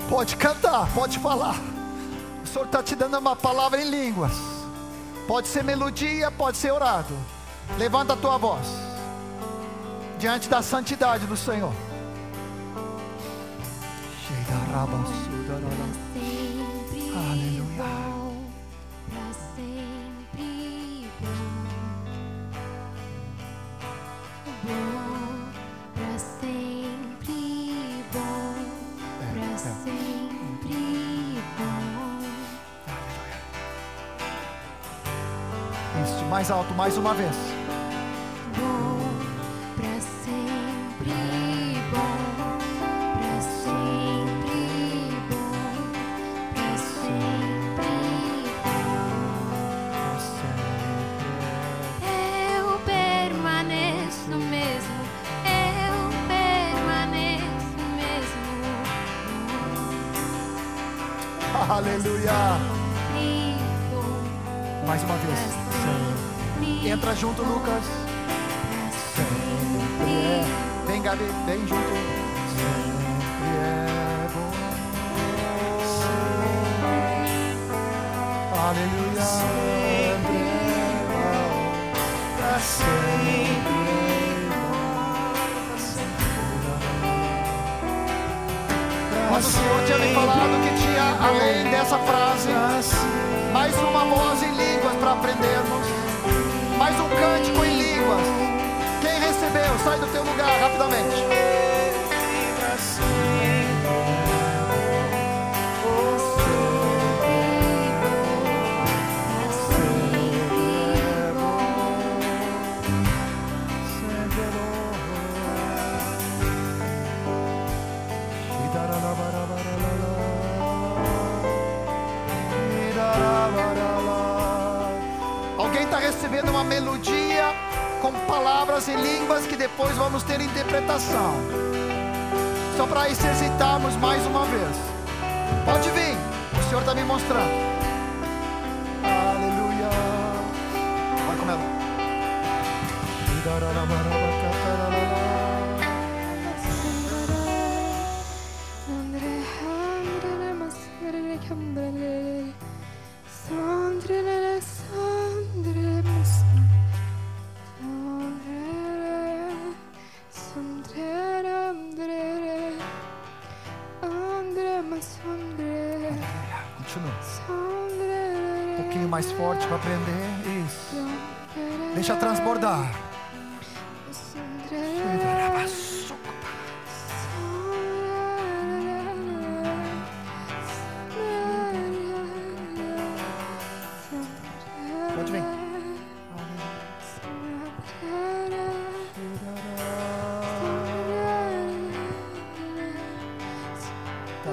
Pode cantar, pode falar. O Senhor está te dando uma palavra em línguas. Pode ser melodia, pode ser orado. Levanta a tua voz diante da santidade do Senhor. Aleluia. Pra sempre bom, pra sempre bom, pra sempre bom. Isso, mais alto, mais uma vez. Bom, pra sempre bom, pra sempre bom, pra sempre bom. Eu permaneço mesmo, eu permaneço mesmo. Aleluia. Sempre bom, Mais uma vez. sempre Entra junto, Lucas. sempre Vem, Gabi, vem junto. Sempre é bom. Aleluia. Sempre é bom. Pra sempre Mas o Senhor tinha me falado que tinha, além dessa frase, mais uma voz em línguas para aprendermos. Mais um cântico em línguas. Quem recebeu, sai do teu lugar rapidamente. Alguém está recebendo uma melodia com palavras em línguas que depois vamos ter interpretação. Só para exercitarmos mais uma vez. Pode vir, o Senhor está me mostrando. Aleluia. Vai com ela. Continua. Um pouquinho mais forte para aprender. Isso. Deixa transbordar. Pode vir. Tá.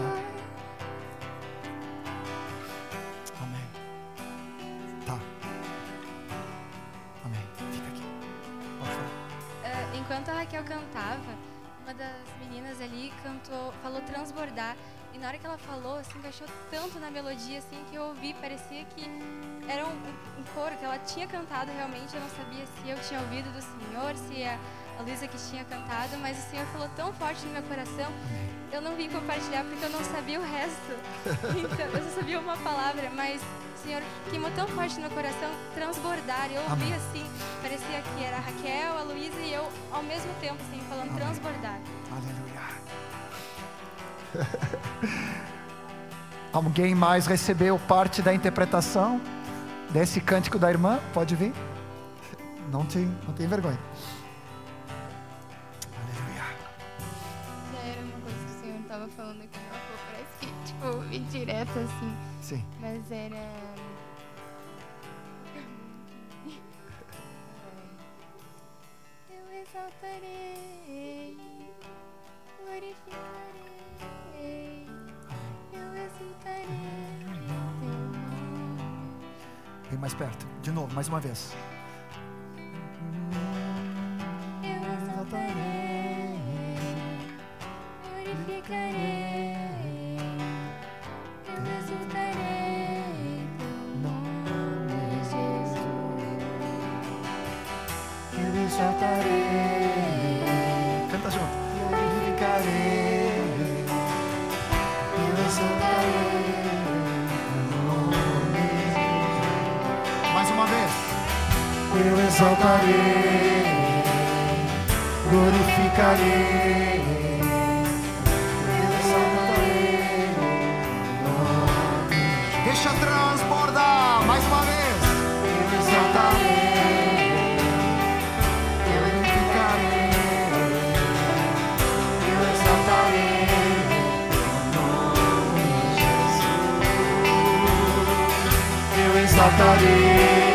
Amém. Tá. Amém. Fica aqui. Pode falar. Enquanto a Raquel cantava, uma das meninas ali falou transbordar. E na hora que ela falou, assim, encaixou tanto na melodia, assim, que eu ouvi, parecia que era um coro, que ela tinha cantado realmente. Eu não sabia se eu tinha ouvido do Senhor, se a Luísa que tinha cantado, mas o Senhor falou tão forte no meu coração. Eu não vim compartilhar porque eu não sabia o resto. Então, eu só sabia uma palavra, mas o Senhor queimou tão forte no meu coração, transbordar. Eu ouvi assim, parecia que era a Raquel, a Luísa e eu ao mesmo tempo, assim, falando transbordar. Aleluia. Alguém mais recebeu parte da interpretação desse cântico da irmã? Pode vir. Não tem vergonha. Aleluia. Já era uma coisa que o Senhor estava falando aqui, parece que, tipo, indireto assim. Sim. Mas era... Eu exaltarei, glorificarei, eu exultarei teu nome. Vem mais perto. De novo, mais uma vez. Eu exaltarei, glorificarei, eu exultarei teu nome, Jesus. Eu exaltarei. Canta junto. Glorificarei. Eu exaltarei, glorificarei, eu exaltarei. Deixa transbordar mais uma vez. Eu exaltarei, glorificarei, eu exaltarei o nome de Jesus. Eu exaltarei.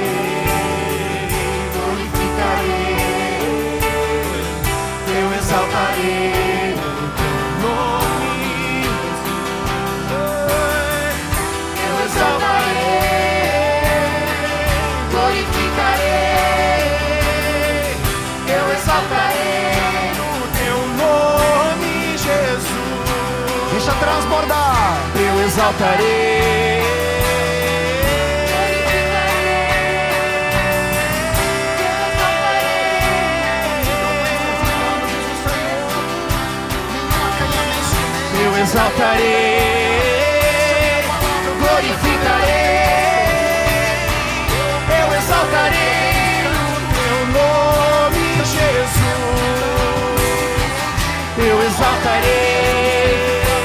Exaltarei o teu nome, eu exaltarei, glorificarei, eu exaltarei o teu nome, Jesus. Deixa transbordar, eu exaltarei. Eu exaltarei, glorificarei, eu exaltarei o teu nome, Jesus. Eu exaltarei,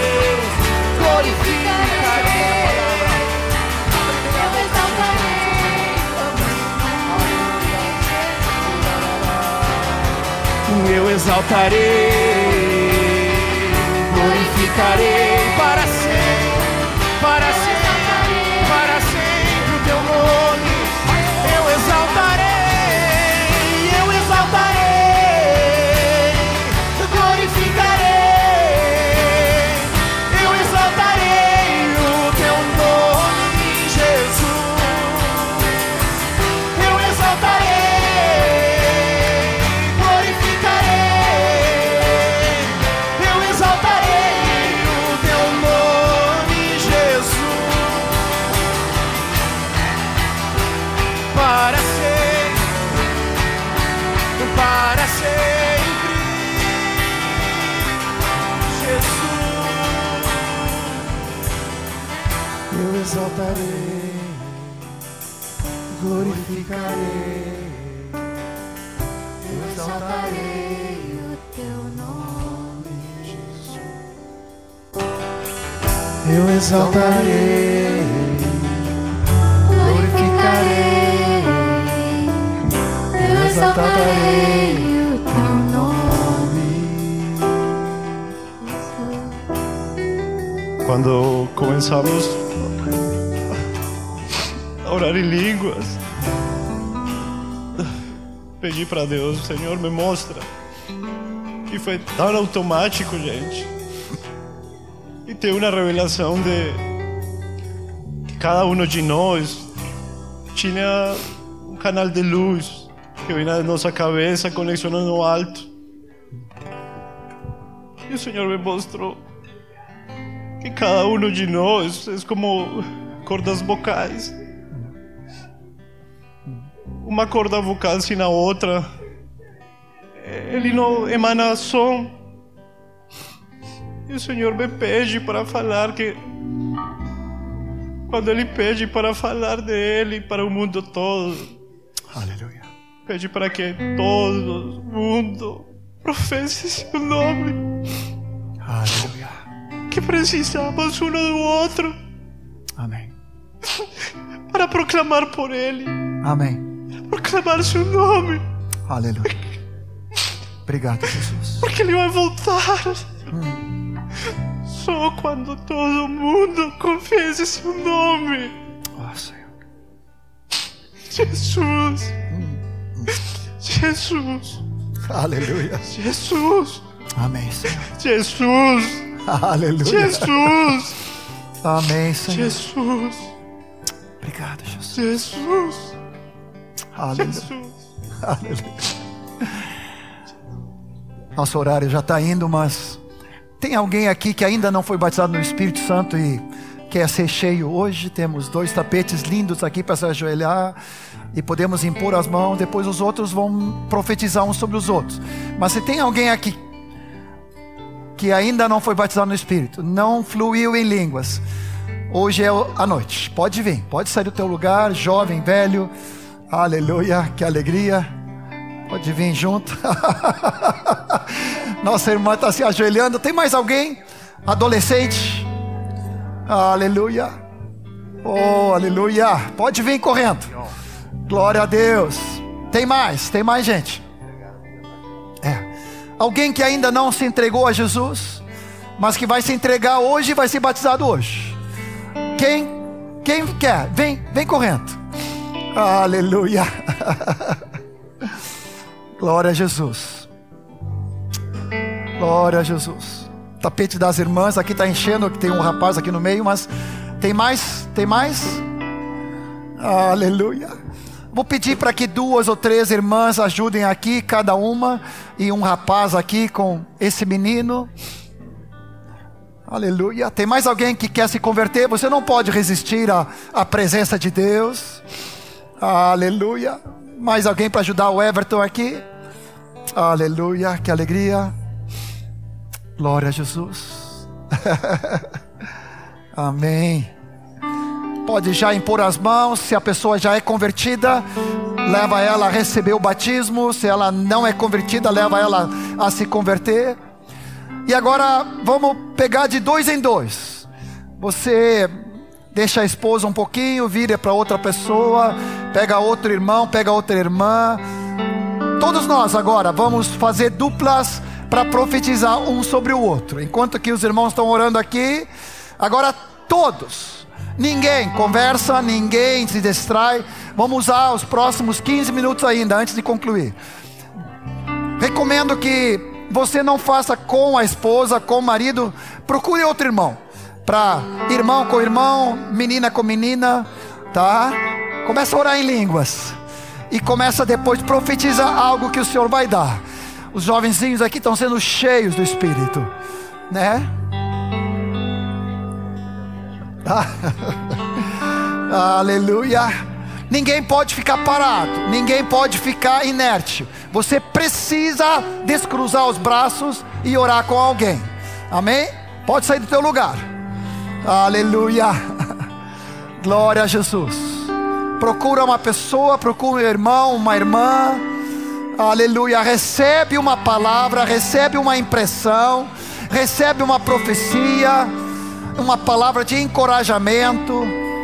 glorificarei, eu exaltarei, eu exaltarei. Glorificarei para sempre, para sempre, para sempre o teu nome. Eu exaltarei, eu exaltarei, glorificarei, eu exaltarei o teu nome, Jesus. Eu exaltarei, glorificarei, eu exaltarei. Para sempre, para sempre, Jesus. Eu exaltarei, glorificarei, eu exaltarei o teu nome, Jesus. Eu exaltarei, glorificarei, eu exaltarei o teu nome. Quando começamos a orar em línguas, pedi para Deus, Senhor, me mostra. E foi tão automático, gente. E tem uma revelação de que cada um de nós tinha um canal de luz que vem da nossa cabeça, conexionando no alto. E o Senhor me mostrou que cada um de nós é como cordas vocais. Uma corda vocal sem a outra, ele não emana som. E o Senhor me pede para falar que quando Ele pede para falar dele para o mundo todo, aleluia, pede para que todo mundo professe seu nome. Aleluia. Que precisamos um do outro. Amém. Para proclamar por Ele. Amém. Proclamar seu nome. Aleluia. Obrigado, Jesus. Porque Ele vai voltar. Só quando todo mundo confesse seu nome. Oh, Senhor. Jesus. Jesus. Aleluia. Jesus. Amém, Senhor. Jesus. Aleluia. Jesus. Amém, Senhor. Jesus. Obrigado, Jesus. Jesus. Aleluia. Jesus. Aleluia. Nosso horário já está indo, mas tem alguém aqui que ainda não foi batizado no Espírito Santo e quer ser cheio hoje? Temos 2 tapetes lindos aqui para se ajoelhar e podemos impor as mãos. Depois os outros vão profetizar uns sobre os outros. Mas se tem alguém aqui que ainda não foi batizado no Espírito, não fluiu em línguas, hoje é a noite. Pode vir, pode sair do teu lugar, jovem, velho. Aleluia, que alegria. Pode vir junto. Nossa irmã está se ajoelhando. Tem mais alguém? Adolescente? Aleluia. Oh, aleluia. Pode vir correndo. Glória a Deus. Tem mais gente. Alguém que ainda não se entregou a Jesus, mas que vai se entregar hoje e vai ser batizado hoje. Quem quer? Vem correndo. Aleluia. Glória a Jesus. Glória a Jesus. O tapete das irmãs aqui está enchendo, que tem um rapaz aqui no meio, mas tem mais? Tem mais? Aleluia. Vou pedir para que 2 ou 3 irmãs ajudem aqui, cada uma, e um rapaz aqui com esse menino. Aleluia. Tem mais alguém que quer se converter? Você não pode resistir à presença de Deus. Aleluia. Mais alguém para ajudar o Everton aqui? Aleluia, que alegria. Glória a Jesus. Amém. Pode já impor as mãos. Se a pessoa já é convertida, leva ela a receber o batismo. Se ela não é convertida, leva ela a se converter. E agora vamos pegar de 2 em 2. Você deixa a esposa um pouquinho, vira para outra pessoa, pega outro irmão, pega outra irmã. Todos nós agora vamos fazer duplas para profetizar um sobre o outro. Enquanto que os irmãos estão orando aqui, agora todos. Ninguém conversa, ninguém se distrai. Vamos usar os próximos 15 minutos ainda, antes de concluir. Recomendo que você não faça com a esposa, com o marido. Procure outro irmão. Para irmão com irmão, menina com menina, tá? Começa a orar em línguas. E começa depois a profetizar algo que o Senhor vai dar. Os jovenzinhos aqui estão sendo cheios do Espírito, né? Aleluia. Ninguém pode ficar parado, ninguém pode ficar inerte. Você precisa descruzar os braços e orar com alguém. Amém? Pode sair do teu lugar. Aleluia. Glória a Jesus. Procura uma pessoa, procura um irmão, uma irmã. Aleluia. Recebe uma palavra, recebe uma impressão, recebe uma profecia, uma palavra de encorajamento.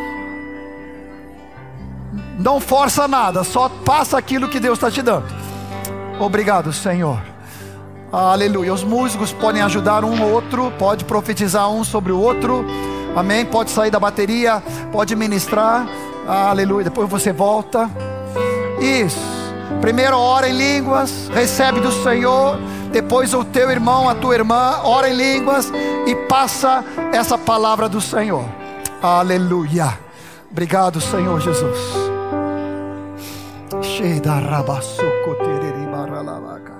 Não força nada, só passa aquilo que Deus está te dando. Obrigado, Senhor. Aleluia. Os músicos podem ajudar um ou outro, pode profetizar um sobre o outro. Amém. Pode sair da bateria, pode ministrar. Aleluia. Depois você volta. Isso. Primeiro ora em línguas, recebe do Senhor. Depois o teu irmão, a tua irmã, ora em línguas e passa essa palavra do Senhor. Aleluia. Obrigado, Senhor Jesus. Cheio da rabaçoco tereri baralavaca.